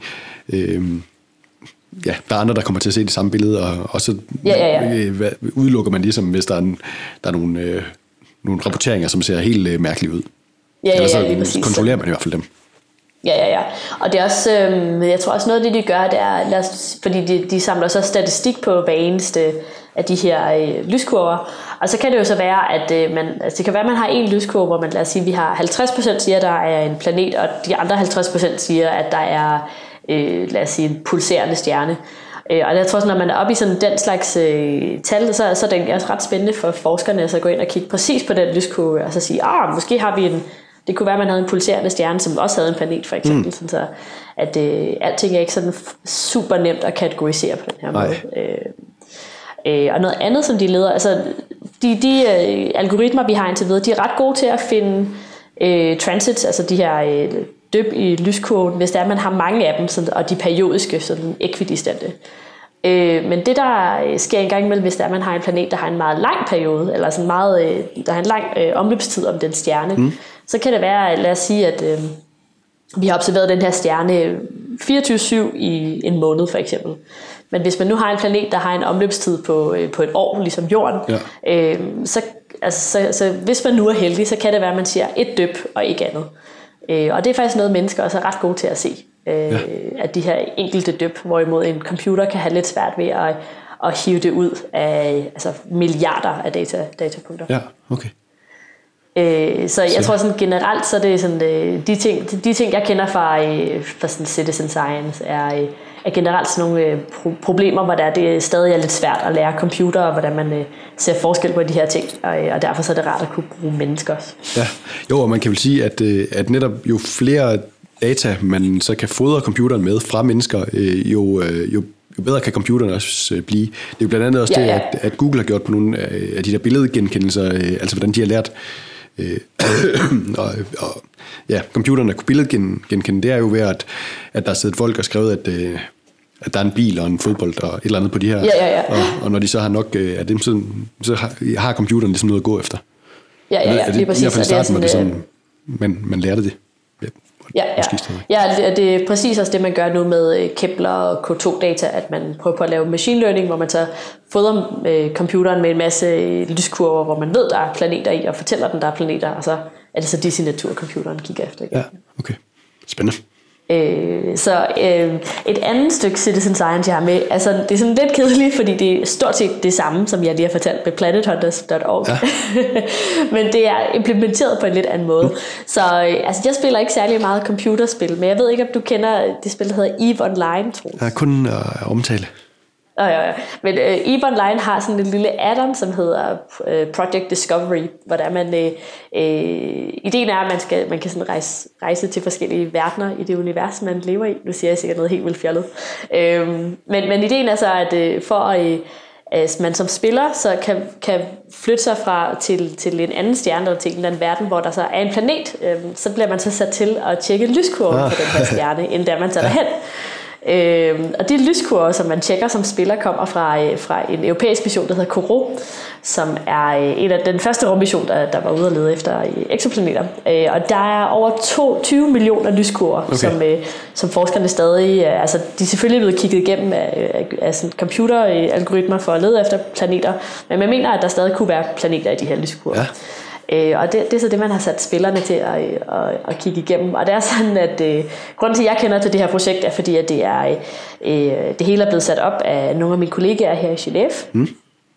Speaker 1: der er andre, der kommer til at se det samme billede, og så udelukker man ligesom, hvis der er nogle rapporteringer, som ser helt mærkelige ud. Eller så kontrollerer man i hvert fald dem.
Speaker 2: Ja. Og det er også, jeg tror også noget af det, de gør, det er, fordi de samler så statistik på hver eneste af de her lyskurver. Og så kan det jo så være, at det kan være, at man har en lyskurve, hvor man, lad os sige, vi har 50% siger, at der er en planet, og de andre 50% siger, at der er, lad os sige, en pulserende stjerne. Og jeg tror, når man er oppe i sådan den slags tal, så er det også ret spændende for forskerne at gå ind og kigge præcis på den lyskurve, og så sige, måske har vi Det kunne være, at man havde en pulserende stjerne, som også havde en planet, for eksempel. Sådan så, at alting er ikke sådan super nemt at kategorisere på den her måde. Og noget andet, som de leder, altså de algoritmer, vi har indtil videre, de er ret gode til at finde transits, altså de her dyb i lyskurven, hvis der er, man har mange af dem, sådan, og de periodiske, sådan ekvidistante. Men det, der sker en gang imellem, hvis der man har en planet, der har en meget lang periode, eller sådan meget, der har en lang omløbstid om den stjerne, så kan det være, lad os sige, at vi har observeret den her stjerne 24/7 i en måned, for eksempel. Men hvis man nu har en planet, der har en omløbstid på et år, ligesom Jorden, så hvis man nu er heldig, så kan det være, at man siger et dyb og ikke andet. Og det er faktisk noget, mennesker også er ret gode til at se. At de her enkelte dyb, hvorimod en computer kan have lidt svært ved at hive det ud af milliarder af datapunkter.
Speaker 1: Ja, okay.
Speaker 2: Så jeg tror sådan generelt, så er det sådan, de ting jeg kender fra sådan citizen science er generelt sådan nogle problemer, hvor det stadig er lidt svært at lære computer, og hvordan man ser forskel på de her ting, og derfor så er det rart at kunne bruge mennesker også.
Speaker 1: Ja, jo, og man kan vel sige, at netop jo flere data, man så kan fodre computeren med fra mennesker, jo bedre kan computeren også blive. Det er jo blandt andet også at Google har gjort på nogle af de der billedgenkendelser, altså hvordan de har lært computeren at kunne billedgenkende, det er jo ved, at der er siddet folk og skrevet, at der er en bil og en fodbold og et eller andet på de her, og når de så har nok af dem, så har computeren ligesom noget at gå efter.
Speaker 2: Lige præcis.
Speaker 1: I hvert fald starten var det sådan, man lærte det.
Speaker 2: Det er præcis også det, man gør nu med Kepler og K2-data, at man prøver på at lave machine learning, hvor man så fodrer computeren med en masse lyskurver, hvor man ved, der er planeter i, og fortæller den, der er planeter, og så er det så de signatur, computeren kigger efter.
Speaker 1: Ja, okay. Spændende.
Speaker 2: Et andet stykke citizen science, jeg har med, altså det er sådan lidt kedeligt, fordi det er stort set det samme, som jeg lige har fortalt med planethunters.org. Men det er implementeret på en lidt anden måde. Så jeg spiller ikke særlig meget computerspil, men jeg ved ikke, om du kender det spil, der hedder EVE Online, tror jeg.
Speaker 1: Jeg kun omtale.
Speaker 2: Men EVE Online har sådan en lille add-on, som hedder Project Discovery, hvor der man ideen er, at man kan sådan rejse til forskellige verdener i det univers, man lever i. Nu siger jeg sikkert noget helt vildt fjollet. Men ideen er så, at for at man som spiller så kan flytte sig fra til en anden stjerne eller til en eller anden verden, hvor der så er en planet, så bliver man så sat til at tjekke lyskurven på den her stjerne, inden der man tager derhen. Og de lyskurver, som man tjekker som spiller, kommer fra en europæisk mission, der hedder Kourou, som er en af den første rummission, der var ude at lede efter eksoplaneter. Og der er over 20 millioner lyskurver, som forskerne stadig, altså de er selvfølgelig blevet kigget igennem af sådan computeralgoritmer for at lede efter planeter, men man mener, at der stadig kunne være planeter i de her lyskurver. Ja. Og det er så det, man har sat spillerne til at kigge igennem. Og det er sådan, at grunden til, at jeg kender til det her projekt, er fordi, at det hele er blevet sat op af nogle af mine kollegaer her i Genève.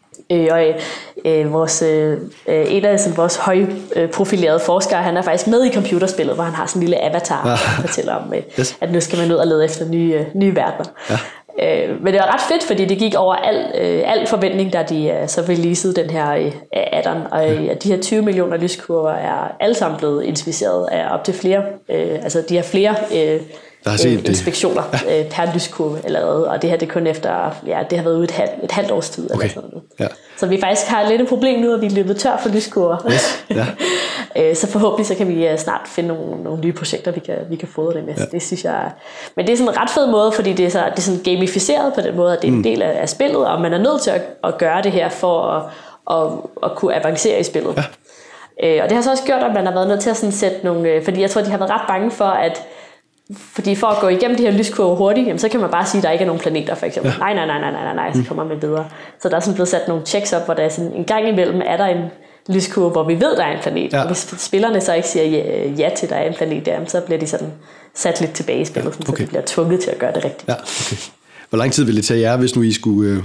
Speaker 2: En af vores højprofilerede forskere, han er faktisk med i computerspillet, hvor han har sådan en lille avatar, der fortæller om, at nu skal man ud og lede efter nye verdener. Ja. Men det var ret fedt, fordi det gik over al forventning, da de så releasede den her add-on. Og de her 20 millioner lyskurver er alle sammen blevet inspiceret af op til flere. Altså de har flere inspektioner per lyskurve allerede. Og det her det er kun efter, det har været ude et halvt års tid. Eller sådan noget. Ja. Så vi faktisk har lidt et problem nu, at vi er løbet tør for lyskurver. Yes. Ja. Så forhåbentlig så kan vi snart finde nogle nye projekter, vi kan fodre det med. Ja. Det synes jeg. Men det er sådan en ret fed måde, fordi det er sådan gamificeret på den måde, at det er en del af spillet, og man er nødt til at gøre det her for at kunne avancere i spillet. Ja. Og det har så også gjort, at man har været nødt til at sådan sætte nogle, fordi jeg tror, de har været ret bange for, fordi for at gå igennem de her lyskurver hurtigt, jamen, så kan man bare sige, at der ikke er nogen planeter, for eksempel. Ja. Nej, så kommer man videre. Så der er sådan blevet sat nogle checks op, hvor der er sådan en gang imellem, er der en lyskurve, hvor vi ved, der er en planet. Ja. Og hvis spillerne så ikke siger ja til, der er en planet der, så bliver de sådan sat lidt tilbage i spillet, så de bliver tvunget til at gøre det rigtigt.
Speaker 1: Ja, okay. Hvor lang tid ville det tage jer, hvis nu I skulle...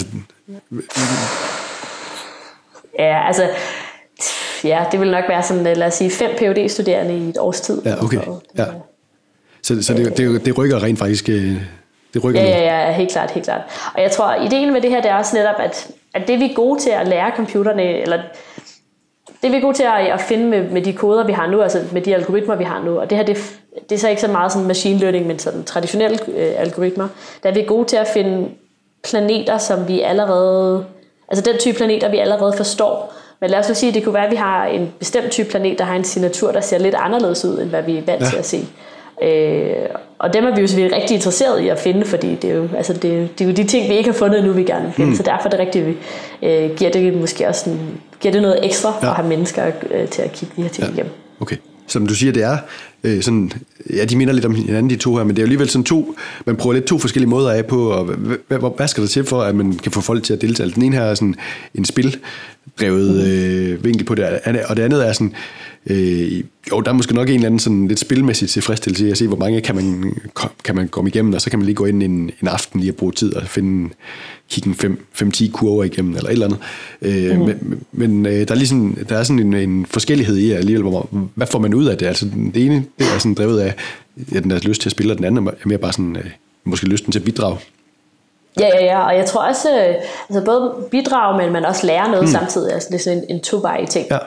Speaker 2: det vil nok være sådan, lad os sige, 5 PhD-studerende i et års tid.
Speaker 1: Ja, okay. Ja. Så det rykker rent faktisk. Det rykker
Speaker 2: ja, helt klart. Og jeg tror, ideen med det her, det er også netop, at det vi er gode til at lære computerne, eller det er vi gode til at finde med de koder, vi har nu, altså med de algoritmer, vi har nu. Og det her, det er så ikke så meget sådan machine learning, men sådan traditionelle algoritmer. Der er vi gode til at finde planeter, som vi allerede... Altså den type planeter, vi allerede forstår. Men lad os nu sige, at det kunne være, at vi har en bestemt type planet, der har en signatur, der ser lidt anderledes ud, end hvad vi er vant til at se. Og dem er vi jo selvfølgelig rigtig interesseret i at finde, fordi det er jo, altså det er jo de ting, vi ikke har fundet nu, vi gerne vil finde. Så derfor er det rigtigt, giver det måske også giver det noget ekstra at have mennesker til at kigge de her ting igennem.
Speaker 1: Okay. Som du siger, det er sådan, ja, de minder lidt om hinanden, de to her, men det er jo alligevel sådan man prøver lidt to forskellige måder af på, og hvad skal der til for, at man kan få folk til at deltage? Den ene her er sådan en spildrevet vinkel på det, og det andet er sådan, jo, der er måske nok en eller anden sådan lidt spilmæssigt tilfredsstillelse i at se, hvor mange kan man komme igennem, og så kan man lige gå ind en aften lige og bruge tid og kigge 5-10 kurver igennem, eller et eller andet. Men der er sådan en forskellighed i alligevel, hvad får man ud af det? Altså det ene, det er sådan drevet af den der lyst til at spille, og den anden er mere bare sådan, måske lysten til at bidrage.
Speaker 2: Ja, og jeg tror også, altså både bidrage, men også lære noget samtidig, altså det er sådan en tovejig ting. Ja.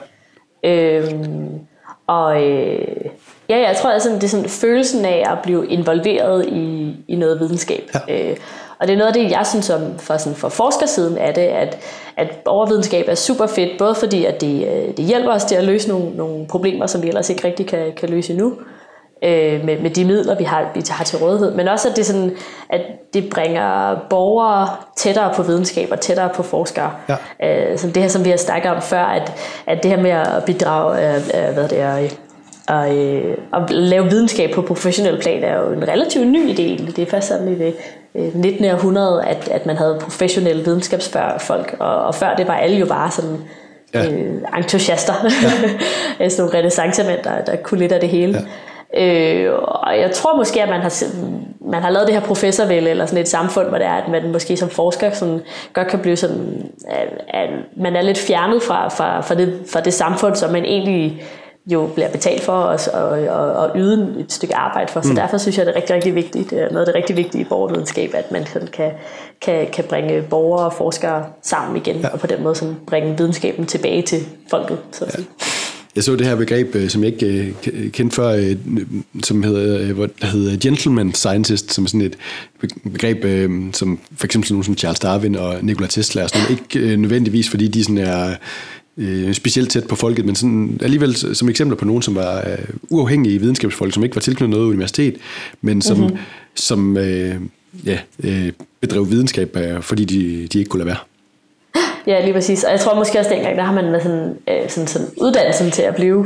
Speaker 2: Jeg tror, at det er sådan følelsen af at blive involveret i noget videnskab. Ja. Og det er noget af det, jeg synes om for forskersiden af det, at borgervidenskab er super fedt, både fordi at det hjælper os til at løse nogle problemer, som vi ellers ikke rigtig kan løse endnu, med de midler, vi har til rådighed, men også at det, sådan, at det bringer borgere tættere på videnskab og tættere på forskere. Ja. Som det her, som vi har snakket om før, at det her med at bidrage, at lave videnskab på professionel plan er jo en relativt ny idé. Det er først sådan i det 19. århundrede, at man havde professionelle videnskabsfolk, og før det var alle jo bare sådan entusiaster, sådan nogle renæssancemænd, der kunne lidt af det hele. Ja. Og jeg tror måske, at man har lavet det her professorvælde, eller sådan et samfund, hvor det er, at man måske som forsker sådan, godt kan blive sådan, at man er lidt fjernet fra det samfund, som man egentlig jo bliver betalt for og yde et stykke arbejde for. Så derfor synes jeg, det er rigtig, rigtig vigtigt. Det er noget af det rigtig vigtige i borgervidenskab, at man sådan kan bringe borgere og forskere sammen igen, og på den måde sådan bringe videnskaben tilbage til folket. Så at sige.
Speaker 1: Jeg så det her begreb, som jeg ikke kendte før, som hedder gentleman scientist, som er sådan et begreb, som for eksempel nogen som Charles Darwin og Nikola Tesla, og sådan, ikke nødvendigvis, fordi de sådan er specielt tæt på folket, men sådan alligevel som eksempler på nogen, som var uafhængige videnskabsfolk, som ikke var tilknyttet noget universitet, men som bedrev videnskab, fordi de ikke kunne lade være.
Speaker 2: Ja, lige præcis. Og jeg tror måske også dengang, der har man sådan uddannelsen til at blive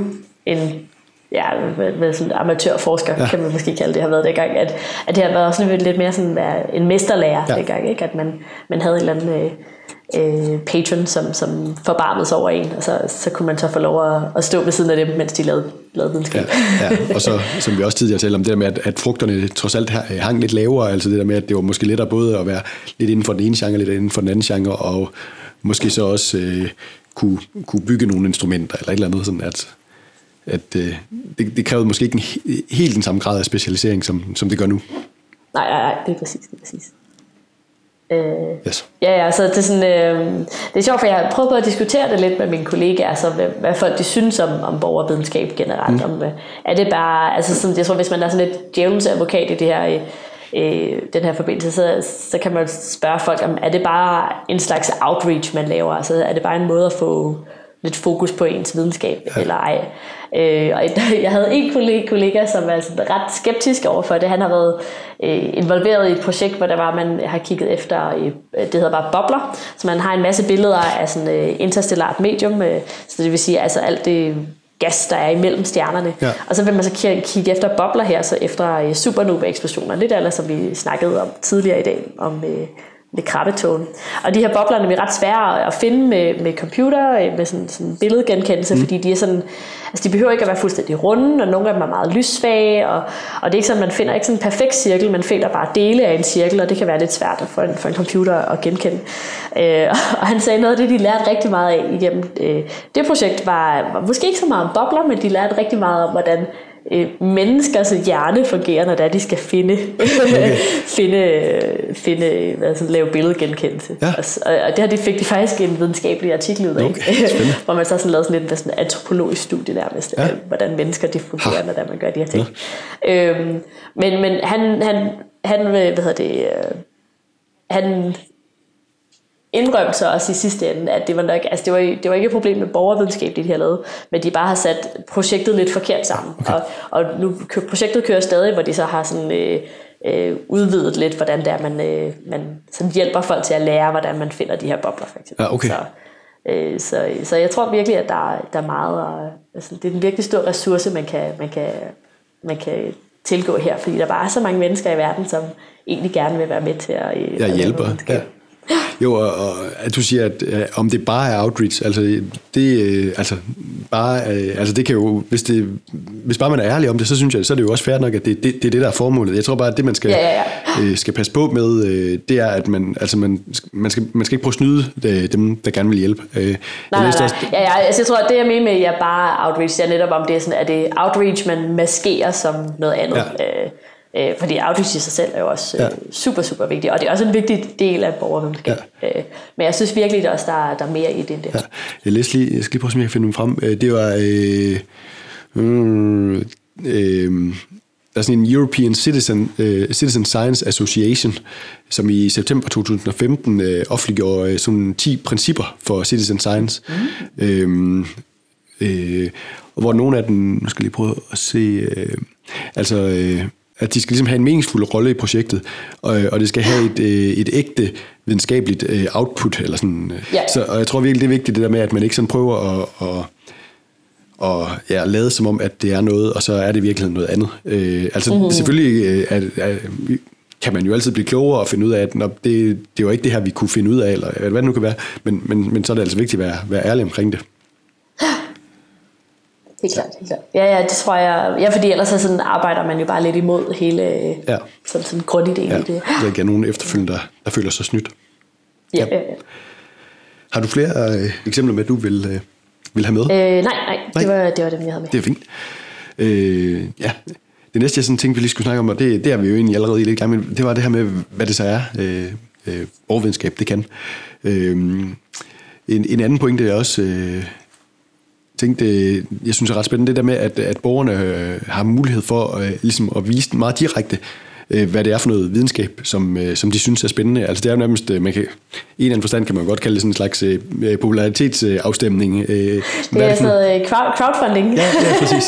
Speaker 2: sådan amatørforsker, kan man måske kalde det, har været dengang, at det har været også lidt mere sådan en mesterlærer dengang, ikke? At man havde en eller anden patron, som forbarmede sig over en, og så kunne man så få lov at stå ved siden af dem, mens de lavede videnskab.
Speaker 1: Ja. Og så, som vi også tidligere talte om, det der med, at frugterne trods alt hang lidt lavere, altså det der med, at det var måske lettere både at være lidt inden for den ene genre, lidt inden for den anden genre, og måske så også kunne bygge nogle instrumenter, eller et eller andet, sådan at det krævede måske ikke helt den samme grad af specialisering, som det gør nu.
Speaker 2: Nej, det er præcis.
Speaker 1: Yes.
Speaker 2: Ja, så det er sådan, det er sjovt, for jeg har prøvet på at diskutere det lidt med mine kollegaer, altså hvad folk de synes om borgervidenskab generelt. Om, er det bare, altså sådan, jeg tror, hvis man er sådan lidt djævelens advokat i det her, den her forbindelse, så kan man spørge folk om, er det bare en slags outreach, man laver? Altså er det bare en måde at få lidt fokus på ens videnskab, eller ej? Og jeg havde en kollega, som var altså ret skeptisk overfor det. Han har været involveret i et projekt, hvor man har kigget efter, det hedder bare bobler, så man har en masse billeder af sådan interstellart medium, så det vil sige altså alt det gas, der er imellem stjernerne. Ja. Og så vil man så kigge efter bobler her, så efter supernova-eksplosioner, lidt eller som vi snakkede om tidligere i dag, om med krabbetågen. Og de her bobler er ret svære at finde med computer, med sådan billedgenkendelse, fordi de er sådan, altså de behøver ikke at være fuldstændig runde, og nogle af dem er meget lyssvage, og det er ikke sådan, man finder ikke sådan en perfekt cirkel, man finder bare dele af en cirkel, og det kan være lidt svært for en computer at genkende. Og han sagde noget af det, de lærte rigtig meget af igennem det projekt, var måske ikke så meget om bobler, men de lærte rigtig meget om, hvordan menneskers hjerne fungerer, når de skal finde lave billedgenkendelse. Ja. Og det her fik de faktisk en videnskabelig artikel ud af, hvor man så sådan lavede sådan lidt sådan antropologisk studie nærmest, hvordan mennesker de fungerer, når man gør de her ting. Ja. Men han indrømte så også i sidste ende, at det var nok, altså det var ikke et problem med borgervidenskab, de har lavet, men de bare har sat projektet lidt forkert sammen. Okay. Og nu projektet kører stadig, hvor de så har sådan udvidet lidt, hvordan det er, man sådan hjælper folk til at lære, hvordan man finder de her bobler, for eksempel.
Speaker 1: Ja, okay.
Speaker 2: Så jeg tror virkelig, at der er meget, altså det er en virkelig stor ressource, man kan tilgå her, fordi der bare er så mange mennesker i verden, som egentlig gerne vil være med til at
Speaker 1: hjælpe. Ja. Jo, og at du siger, at om det bare er outreach, altså det, altså det kan jo, hvis bare man er ærlig om det, så synes jeg, så er det jo også fair nok, at det er det, der er formålet. Jeg tror bare, at det, man skal passe på med, det er, at man skal ikke prøve at snyde dem, der gerne vil hjælpe.
Speaker 2: Nej. Altså, jeg tror, at det, jeg mener med, at jeg bare outreach, det er netop om det er sådan, at det outreach, man maskerer som noget andet. Ja. Fordi outreach i sig selv er jo også super, super vigtigt, og det er også en vigtig del af borgervidenskab. Ja. Men jeg synes virkelig, at der er mere i det end det. Ja.
Speaker 1: Jeg skal lige prøve, om jeg kan finde dem frem. Det var der er sådan en European Citizen Science Association, som i september 2015 offentliggjorde sådan 10 principper for citizen science. Hvor nogle af dem, nu skal jeg lige prøve at se, at de skal ligesom have en meningsfuld rolle i projektet, og det skal have et ægte videnskabeligt output, eller sådan. Ja. Og jeg tror virkelig, det er vigtigt det der med, at man ikke sådan prøver at lade som om, at det er noget, og så er det i virkeligheden noget andet. Selvfølgelig kan man jo altid blive klogere og finde ud af, at det var ikke det her, vi kunne finde ud af, eller hvad det nu kan være, men så er det altså vigtigt at være ærlig omkring det.
Speaker 2: Helt klart. Ja, det tror jeg. Ja, fordi ellers sådan arbejder man jo bare lidt imod hele sådan grundideen i det.
Speaker 1: Der er ikke nogen efterfølgende, der føler sig snydt.
Speaker 2: Ja.
Speaker 1: Har du flere eksempler med, du vil have med?
Speaker 2: Nej. Det var dem, jeg havde med.
Speaker 1: Det er fint. Det næste, jeg sådan tænkte, vi lige skulle snakke om, og det er vi jo egentlig allerede i lidt gang med, det var det her med, hvad det så er, borgervidenskab, det kan. En anden pointe er også... jeg synes er ret spændende, det der med, at borgerne har mulighed for ligesom at vise meget direkte, hvad det er for noget videnskab, som de synes er spændende. Altså det er jo nærmest, i en eller anden forstand kan man godt kalde det sådan en slags popularitetsafstemning.
Speaker 2: Det er sådan crowdfunding.
Speaker 1: Ja, præcis.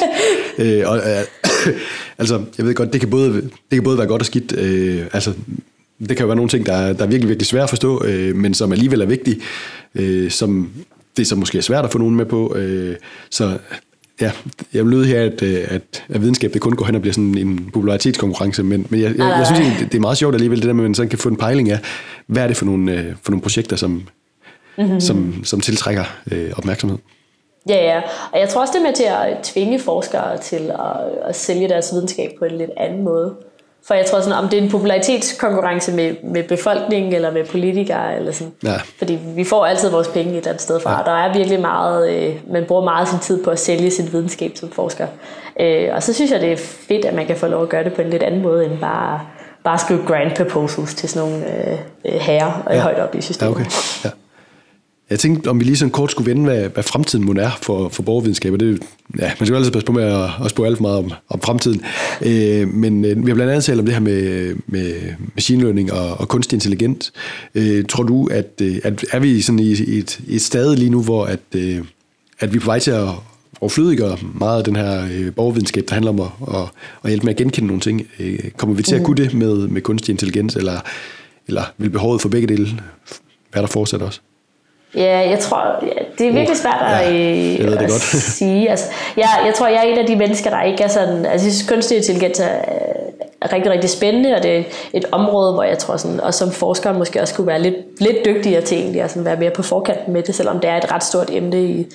Speaker 1: Altså, jeg ved godt, det kan både være godt og skidt. Altså, det kan jo være nogle ting, der er virkelig, virkelig svære at forstå, men som alligevel er vigtige, som det så måske er svært at få nogen med på. Så ja, jeg vil lyde her, at videnskab det kun går hen og bliver sådan en popularitetskonkurrence, men jeg synes egentlig, det er meget sjovt alligevel, det der med, at man sådan kan få en pejling af, hvad er det for nogle projekter, som tiltrækker opmærksomhed.
Speaker 2: Ja, og jeg tror også, det er med til at tvinge forskere til at sælge deres videnskab på en lidt anden måde. For jeg tror sådan, om det er en popularitetskonkurrence med befolkningen eller med politikere eller sådan. Ja. Fordi vi får altid vores penge et eller andet sted fra. Ja. Der er virkelig meget, man bruger meget sin tid på at sælge sin videnskab som forsker. Og så synes jeg, det er fedt, at man kan få lov at gøre det på en lidt anden måde, end bare skrive grant proposals til sådan nogle herrer højt op i systemet.
Speaker 1: Ja, okay. Ja. Jeg tænkte, om vi lige sådan kort skulle vende, hvad fremtiden må er for borgervidenskaber. Det, man skal jo altid passe på med at spørge alt for meget om fremtiden. Men vi har blandt andet talt om det her med machine learning og kunstig intelligens. Tror du, at er vi sådan i et stade lige nu, hvor at vi er på vej til at overflødiggøre meget af den her borgervidenskab, der handler om at hjælpe med at genkende nogle ting? Kommer vi til at kunne det med kunstig intelligens, eller vil behovet for begge dele være der fortsat også?
Speaker 2: Ja, jeg tror, det er virkelig svært at sige. Altså, jeg tror, jeg er en af de mennesker, der ikke er sådan... Altså, jeg synes, kunstig intelligens er rigtig, rigtig spændende, og det er et område, hvor jeg tror, sådan, og som forsker måske også kunne være lidt dygtigere til egentlig, og sådan være mere på forkanten med det, selvom det er et ret stort emne i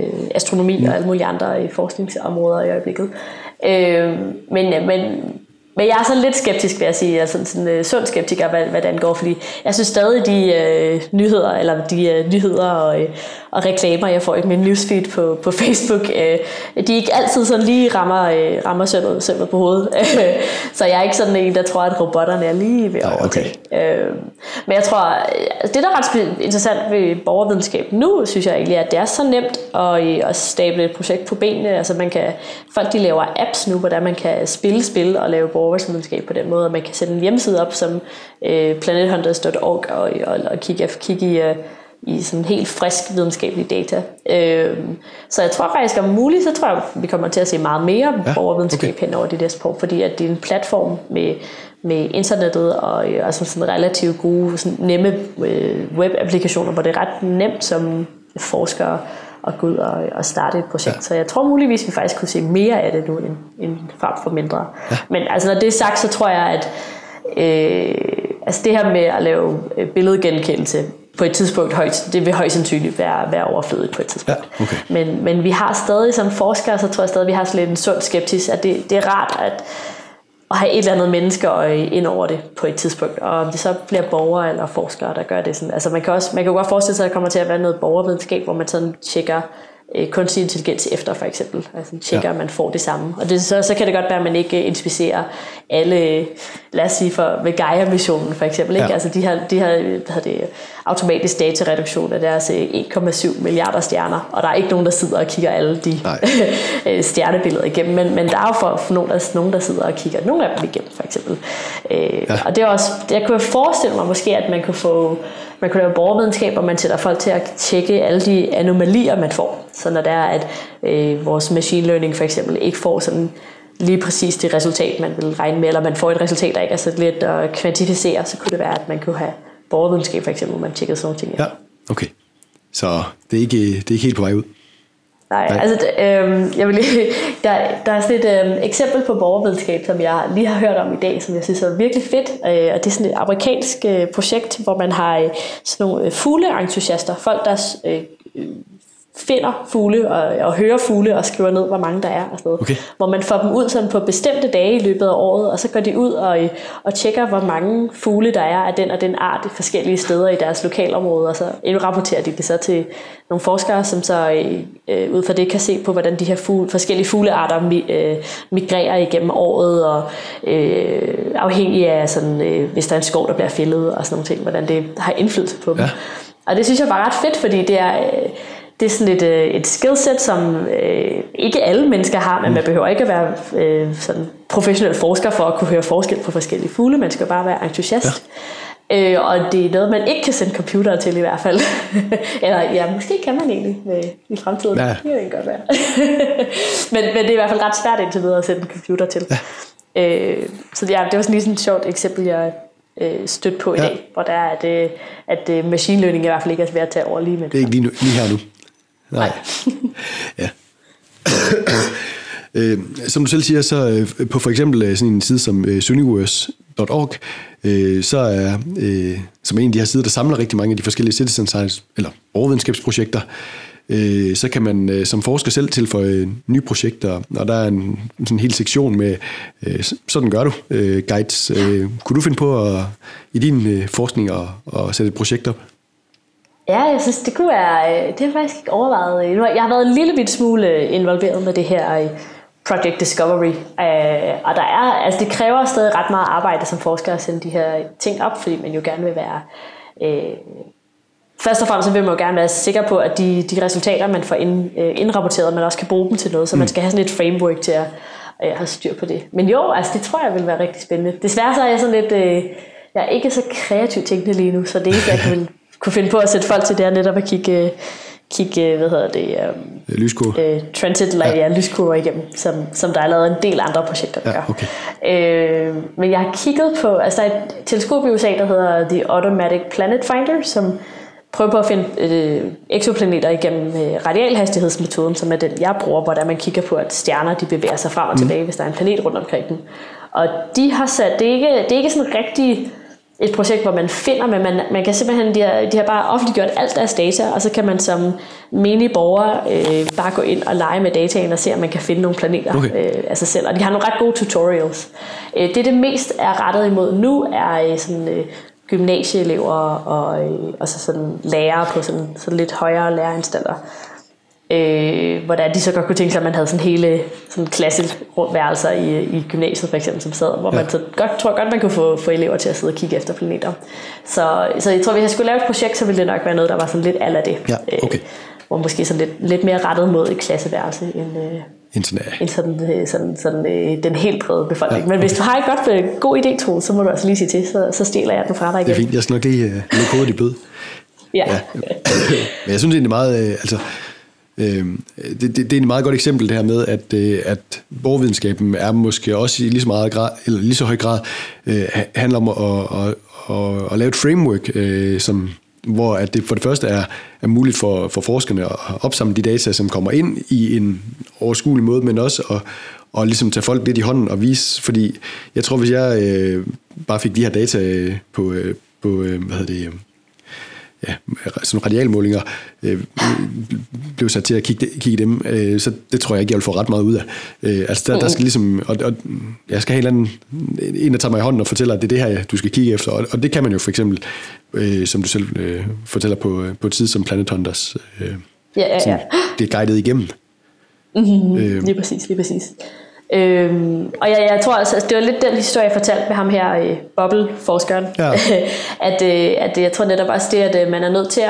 Speaker 2: astronomi og alle mulige andre forskningsområder i øjeblikket. Men Men jeg er sådan lidt skeptisk, vil jeg sige. Jeg er sådan sund skeptiker, hvad det angår, fordi jeg synes stadig, de nyheder og reklamer, jeg får i min newsfeed på Facebook, de ikke altid sådan lige rammer sømmet på hovedet. Så jeg er ikke sådan en, der tror, at robotterne er lige ved at overtage. Men jeg tror, det der er ret interessant ved borgervidenskab nu, synes jeg egentlig, at det er så nemt at stable et projekt på benene. Altså folk de laver apps nu, hvor man kan spille og lave borgervidenskab på den måde, og man kan sætte en hjemmeside op som planethunters.org og kigge i sådan helt frisk videnskabelig data. Så jeg tror faktisk, om muligt, så tror jeg, vi kommer til at se meget mere borgervidenskab hen over det der sprog, fordi at det er en platform med internettet og altså sådan relativt gode, sådan nemme web-applikationer, hvor det er ret nemt som forskere at gå ud og starte et projekt. Så jeg tror muligvis, vi faktisk kunne se mere af det nu, end frem for mindre. Ja. Men altså, når det er sagt, så tror jeg, at altså det her med at lave billedgenkendelse på et tidspunkt det vil højst sandsynligt være overflødigt på et tidspunkt. Ja, okay. Men vi har stadig som forskere, så tror jeg stadig, vi har sådan lidt en sund skeptisk, at det er rart at have et eller andet menneske ind over det på et tidspunkt. Og om det så bliver borgere eller forskere, der gør det sådan. Altså man kan godt forestille sig, at der kommer til at være noget borgervidenskab, hvor man sådan tjekker kunstig intelligens efter, for eksempel. Altså tjekker, at man får det samme. Og så kan det godt være, at man ikke inspicerer alle, lad os sige ved Gaia-missionen for eksempel. Ikke? Altså de har automatisk datareduktion af deres 1,7 milliarder stjerner, og der er ikke nogen, der sidder og kigger alle de stjernebilleder igennem, men der er jo for nogen, der sidder og kigger nogle af dem igennem, for eksempel. Og det er også, jeg kunne forestille mig måske, at man kunne lave borgervidenskab, hvor man sætter folk til at tjekke alle de anomalier, man får. Så når det er, at vores machine learning for eksempel ikke får sådan lige præcis det resultat, man vil regne med, eller man får et resultat, der ikke er så let at kvantificere, så kunne det være, at man kunne have borgervidenskab for eksempel, hvor man tjekkede sådan nogle ting.
Speaker 1: Ja, okay. Så det er ikke helt på vej ud?
Speaker 2: Nej. Altså der er sådan et eksempel på borgervidenskab, som jeg lige har hørt om i dag, som jeg synes er virkelig fedt, og det er sådan et amerikansk projekt, hvor man har sådan nogle fugleentusiaster, folk der finder fugle og hører fugle og skriver ned, hvor mange der er og sådan noget. Okay. Hvor man får dem ud sådan på bestemte dage i løbet af året, og så går de ud og tjekker, hvor mange fugle der er af den og den art i forskellige steder i deres lokalområde, og så rapporterer de det så til nogle forskere, som så ud fra det kan se på, hvordan de her forskellige fuglearter migrerer igennem året, og afhængig af sådan, hvis der er en skov, der bliver fældet og sådan nogle ting, hvordan det har indflydelse på dem. Ja. Og det synes jeg bare er ret fedt, fordi det er sådan et skillset, som ikke alle mennesker har, men man behøver ikke at være sådan professionel forsker for at kunne høre forskel på forskellige fugle. Man skal bare være entusiast. Ja. Og det er noget, man ikke kan sende computere til i hvert fald. Eller ja, måske kan man egentlig i fremtiden. Ja. Det kan ikke godt være. men det er i hvert fald ret svært indtil videre at sætte en computer til. Ja. Så det var sådan lige sådan et sjovt eksempel, jeg stødt på i dag, hvor der er, at machine learning i hvert fald ikke er svært at tage over lige med.
Speaker 1: Det er ikke lige her nu. Nej. Ja. Som du selv siger, så på for eksempel sådan en side som Suniverse.org, så er som en af de her sider, der samler rigtig mange af de forskellige citizen science eller borgervidenskabsprojekter, så kan man som forsker selv tilføje nye projekter, og der er en sådan hel sektion med sådan gør du guides. Kunne du finde på i din forskning at sætte et projekt op?
Speaker 2: Ja, jeg synes, det kunne være, det har faktisk ikke overvejet. Jeg har været en lille bit smule involveret med det her Project Discovery, og det kræver stadig ret meget arbejde som forsker at sende de her ting op, fordi man jo gerne vil være, først og fremmest så vil man jo gerne være sikker på, at de resultater, man får indrapporteret, man også kan bruge dem til noget, så man skal have sådan et framework til at have styr på det. Men jo, altså det tror jeg vil være rigtig spændende. Desværre så er jeg sådan lidt, jeg er ikke så kreativt tænkende lige nu, så det er ikke, jeg kunne finde på at sætte folk til det her netop at kigge lyskurver igennem, som der er lavet en del andre projekter, der gør. Okay. Men jeg har kigget på, altså der er et teleskop i USA, der hedder The Automatic Planet Finder, som prøver på at finde eksoplaneter igennem radialhastighedsmetoden, som er den, jeg bruger, hvor der man kigger på, at stjerner de bevæger sig frem og tilbage, hvis der er en planet rundt omkring den. Og de har sat, det er ikke sådan rigtig et projekt, hvor man finder, men man kan simpelthen, de har bare offentliggjort alt deres data, og så kan man som menig borger bare gå ind og lege med dataen og se, om man kan finde nogle planeter af sig selv. Og de har nogle ret gode tutorials. Det mest er rettet imod nu, er sådan gymnasieelever og så sådan lærere på sådan lidt højere læreranstalter. Hvor de så godt kunne tænke sig, at man havde sådan hele sådan klasseværelser i gymnasiet for eksempel, som sad, hvor man så tror godt man kunne få elever til at sidde og kigge efter planeter. Så jeg tror, hvis jeg skulle lave et projekt, så ville det nok være noget, der var sådan lidt a la det.
Speaker 1: Ja, okay.
Speaker 2: Hvor måske sådan lidt mere rettet mod et klasseværelse end sådan den helt brede befolkning. Ja, okay. Men hvis du har et godt god idé, Troels, så må du altså lige sige til, så stjæler jeg den fra dig igen.
Speaker 1: Det er fint, jeg skal nok lige lægge hovedet i bød.
Speaker 2: Ja.
Speaker 1: Men jeg synes egentlig meget, det er et meget godt eksempel det her med, at borgervidenskaben er måske også i lige så meget grad, eller lige så høj grad, handler om at lave et framework, hvor at det for det første er muligt for forskerne at opsamle de data, som kommer ind i en overskuelig måde, men også at ligesom tage folk lidt i hånden og vise, fordi jeg tror, hvis jeg bare fik de her data på sådan radialmålinger, blev sat til at kigge dem, så det tror jeg ikke, jeg vil få ret meget ud af. Der skal ligesom, og jeg skal have en, der tager mig i hånden og fortæller, at det er det her, du skal kigge efter, og det kan man jo for eksempel, som du selv fortæller på et side som Planet Hunters. Det er guidet igennem.
Speaker 2: Lige præcis. Og jeg tror altså, det var lidt den historie, jeg fortalte med ham her, Bubble-forskeren, at jeg tror netop også det, at man er nødt til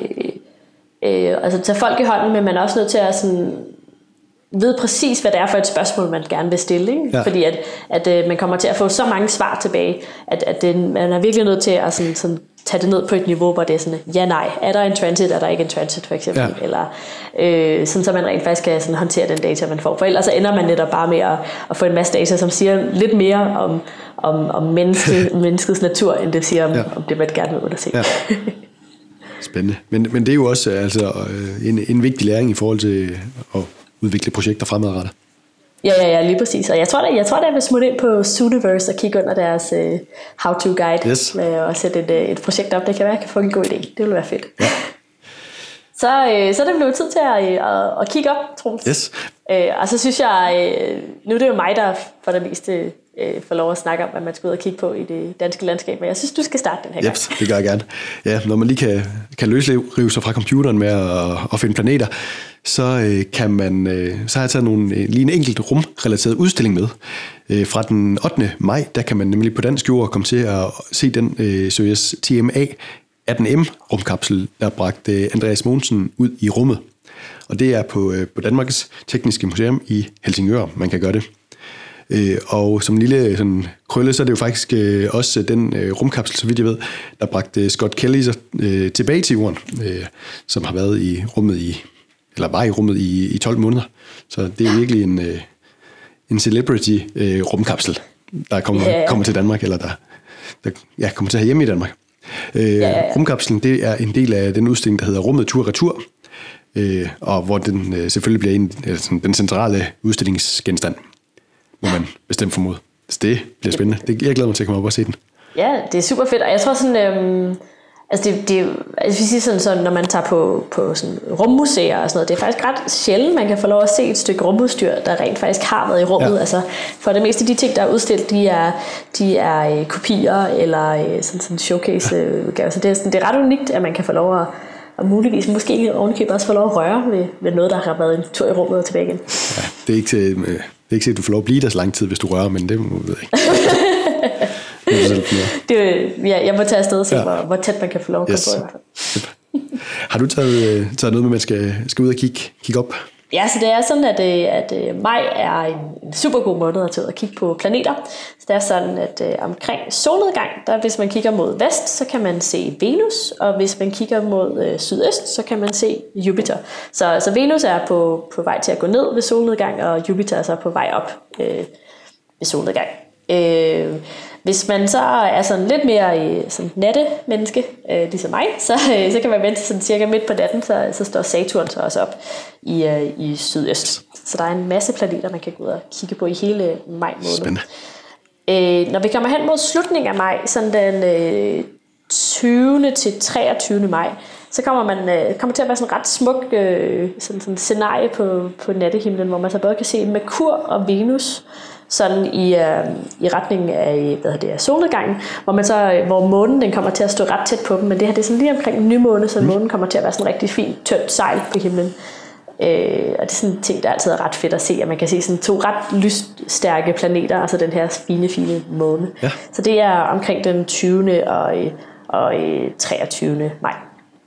Speaker 2: at tage folk i hånden, men man er også nødt til at sådan vide præcis, hvad det er for et spørgsmål, man gerne vil stille. Ikke? Ja. Fordi at man kommer til at få så mange svar tilbage, at man er virkelig nødt til at sådan tage det ned på et niveau, hvor det er sådan, ja, nej, er der en transit, er der ikke en transit, for eksempel, eller sådan, så man rent faktisk kan sådan håndtere den data, man får. For ellers så ender man netop bare med at få en masse data, som siger lidt mere om menneskets natur, end det siger om det, man gerne vil undersøge. Ja.
Speaker 1: Spændende. Men det er jo også en vigtig læring i forhold til at udvikle projekter fremadrettet.
Speaker 2: Ja, lige præcis. Og jeg tror, jeg vil smutte ind på Zooniverse og kigge under deres how-to-guide og sætte et projekt op. Det kan være, at jeg kan få en god idé. Det vil være fedt. Ja. Så er det blevet tid til at kigge op, Troels.
Speaker 1: Yes.
Speaker 2: Og så synes jeg, nu er det jo mig, der for det meste får lov at snakke om, hvad man skal ud og kigge på i det danske landskab. Men jeg synes, du skal starte den her gang.
Speaker 1: Yep, det gør jeg gerne. Ja, når man lige kan løsrive sig fra computeren med at finde planeter, så har jeg taget lige en enkelt rumrelateret udstilling med. Fra den 8. maj, der kan man nemlig på dansk jord komme til at se den Soyuz TMA 18M rumkapsel, der bragte Andreas Mogensen ud i rummet. Og det er på Danmarks Tekniske Museum i Helsingør, man kan gøre det. Og som en lille sådan krølle, så er det jo faktisk også den rumkapsel, så vidt jeg ved, der bragte Scott Kelly tilbage til jorden, som har været i rummet var i rummet i 12 måneder. Så det er virkelig en celebrity rumkapsel, der kommer til Danmark, eller der kommer til at have hjemme i Danmark. Rumkapslen, det er en del af den udstilling, der hedder Rummet Tur-Retur, og hvor den selvfølgelig bliver den centrale udstillingsgenstand, må man bestemt formode. Så det bliver spændende. Jeg glæder mig til at komme op og se den. Ja,
Speaker 2: det er super fedt, og jeg tror sådan, sådan, når man tager på sådan rummuseer og sådan noget, det er faktisk ret sjældent, man kan få lov at se et stykke rumudstyr, der rent faktisk har været i rummet. Ja. Altså, for det meste de ting, der er udstillet, de er kopier eller sådan showcase-udgaver. Så det er ret unikt, at man kan få lov at og muligvis måske ovenikøbet også få lov at røre ved noget, der har været en tur i rummet og tilbage igen.
Speaker 1: Ja, det er ikke sikkert, at du får lov at blive der så lang tid, hvis du rører, men det ved jeg
Speaker 2: ikke. Jeg må tage afsted og se, hvor tæt man kan få lov at komme på i hvert fald.
Speaker 1: Har du taget noget med, man skal ud og kigge op?
Speaker 2: Ja, så det er sådan, at maj er en super god måned til at kigge på planeter. Så det er sådan, at omkring solnedgang, der hvis man kigger mod vest, så kan man se Venus, og hvis man kigger mod sydøst, så kan man se Jupiter. Så Venus er på vej til at gå ned ved solnedgang, og Jupiter er så på vej op ved solnedgang. Hvis man så er sådan lidt mere sådan nattemenneske, ligesom mig, så kan man vente sådan cirka midt på natten, så står Saturn så også op i sydøst. Så der er en masse planeter, man kan gå ud og kigge på i hele maj måned. Når vi kommer hen mod slutningen af maj, sådan den 20. til 23. maj, så kommer til at være sådan en ret smuk sådan scenarie på nattehimlen, hvor man så både kan se Merkur og Venus sådan i retningen af solnedgangen, hvor månen den kommer til at stå ret tæt på dem, men det her det er sådan lige omkring nymåne, så månen kommer til at være sådan en rigtig fint tyndt sejl på himlen. Og det er sådan en ting, der altid er ret fedt at se, at man kan se sådan 2 ret lysstærke planeter, altså den her fine måne. Ja. Så det er omkring den 20. og 23. maj.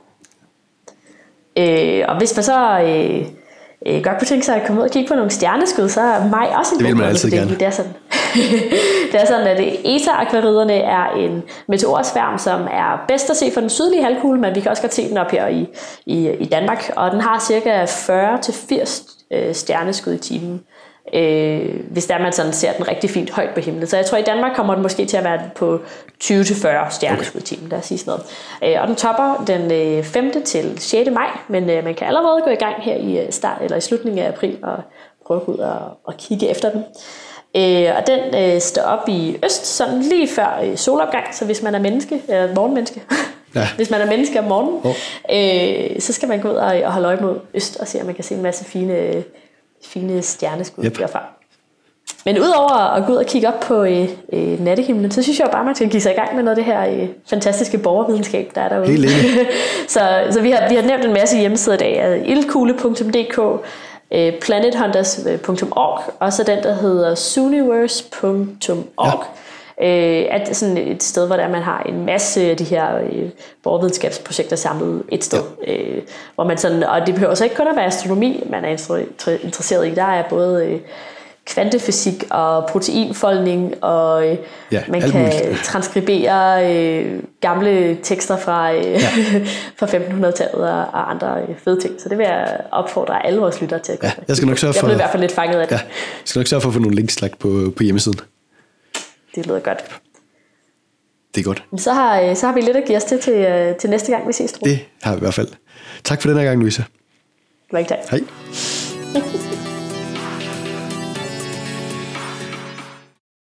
Speaker 2: Og hvis man så godt kunne tænke sig at komme ud og kigge på nogle stjerneskud, så er maj også en god måde. Det er sådan. Det er sådan, at ETA-akvariderne er en meteorsværm, som er bedst at se fra den sydlige halvkugle, men vi kan også godt se den op her i Danmark, og den har cirka 40-80 stjerneskud i timen. Hvis der man sådan ser den rigtig fint højt på himlen. Så jeg tror, i Danmark kommer den måske til at være på 20-40 stjerneskud i timen, der siger sådan noget. Og den topper den 5. til 6. maj, men man kan allerede gå i gang her i slutningen af april og prøve at gå ud og kigge efter den. Og den står op i øst, sådan lige før solopgang, så hvis man er morgenmenneske, ja. Hvis man er menneske om morgenen, så skal man gå ud og holde øje mod øst og se, om man kan se en masse fine stjerneskud derfra. Men udover at gå ud og kigge op på nattehimlen, så synes jeg bare, man skal give sig i gang med noget af det her fantastiske borgervidenskab, der er derude.
Speaker 1: Helt
Speaker 2: så vi har nævnt en masse hjemmesider i dag. Ildkugle.dk, planethunters.org, og så den, der hedder zooniverse.org. At sådan et sted, hvor der man har en masse af de her borgervidenskabsprojekter samlet et sted, hvor man sådan, og det behøver så ikke kun at være astronomi, man er interesseret i. Der er både kvantefysik og proteinfoldning, og man kan transkribere gamle tekster fra 1500-tallet og andre fede ting. Så det vil jeg opfordre alle vores lyttere til at gøre.
Speaker 1: Jeg skal nok sørge for.
Speaker 2: Jeg blev i hvert fald lidt fanget af det.
Speaker 1: Ja, jeg skal nok sørge for at få nogle links lagt på hjemmesiden.
Speaker 2: Det lyder godt.
Speaker 1: Det er godt.
Speaker 2: Så har vi lidt at give os til næste gang, vi ses, Strup.
Speaker 1: Det har vi i hvert fald. Tak for den her gang, Louise.
Speaker 2: Mange tak.
Speaker 1: Hej.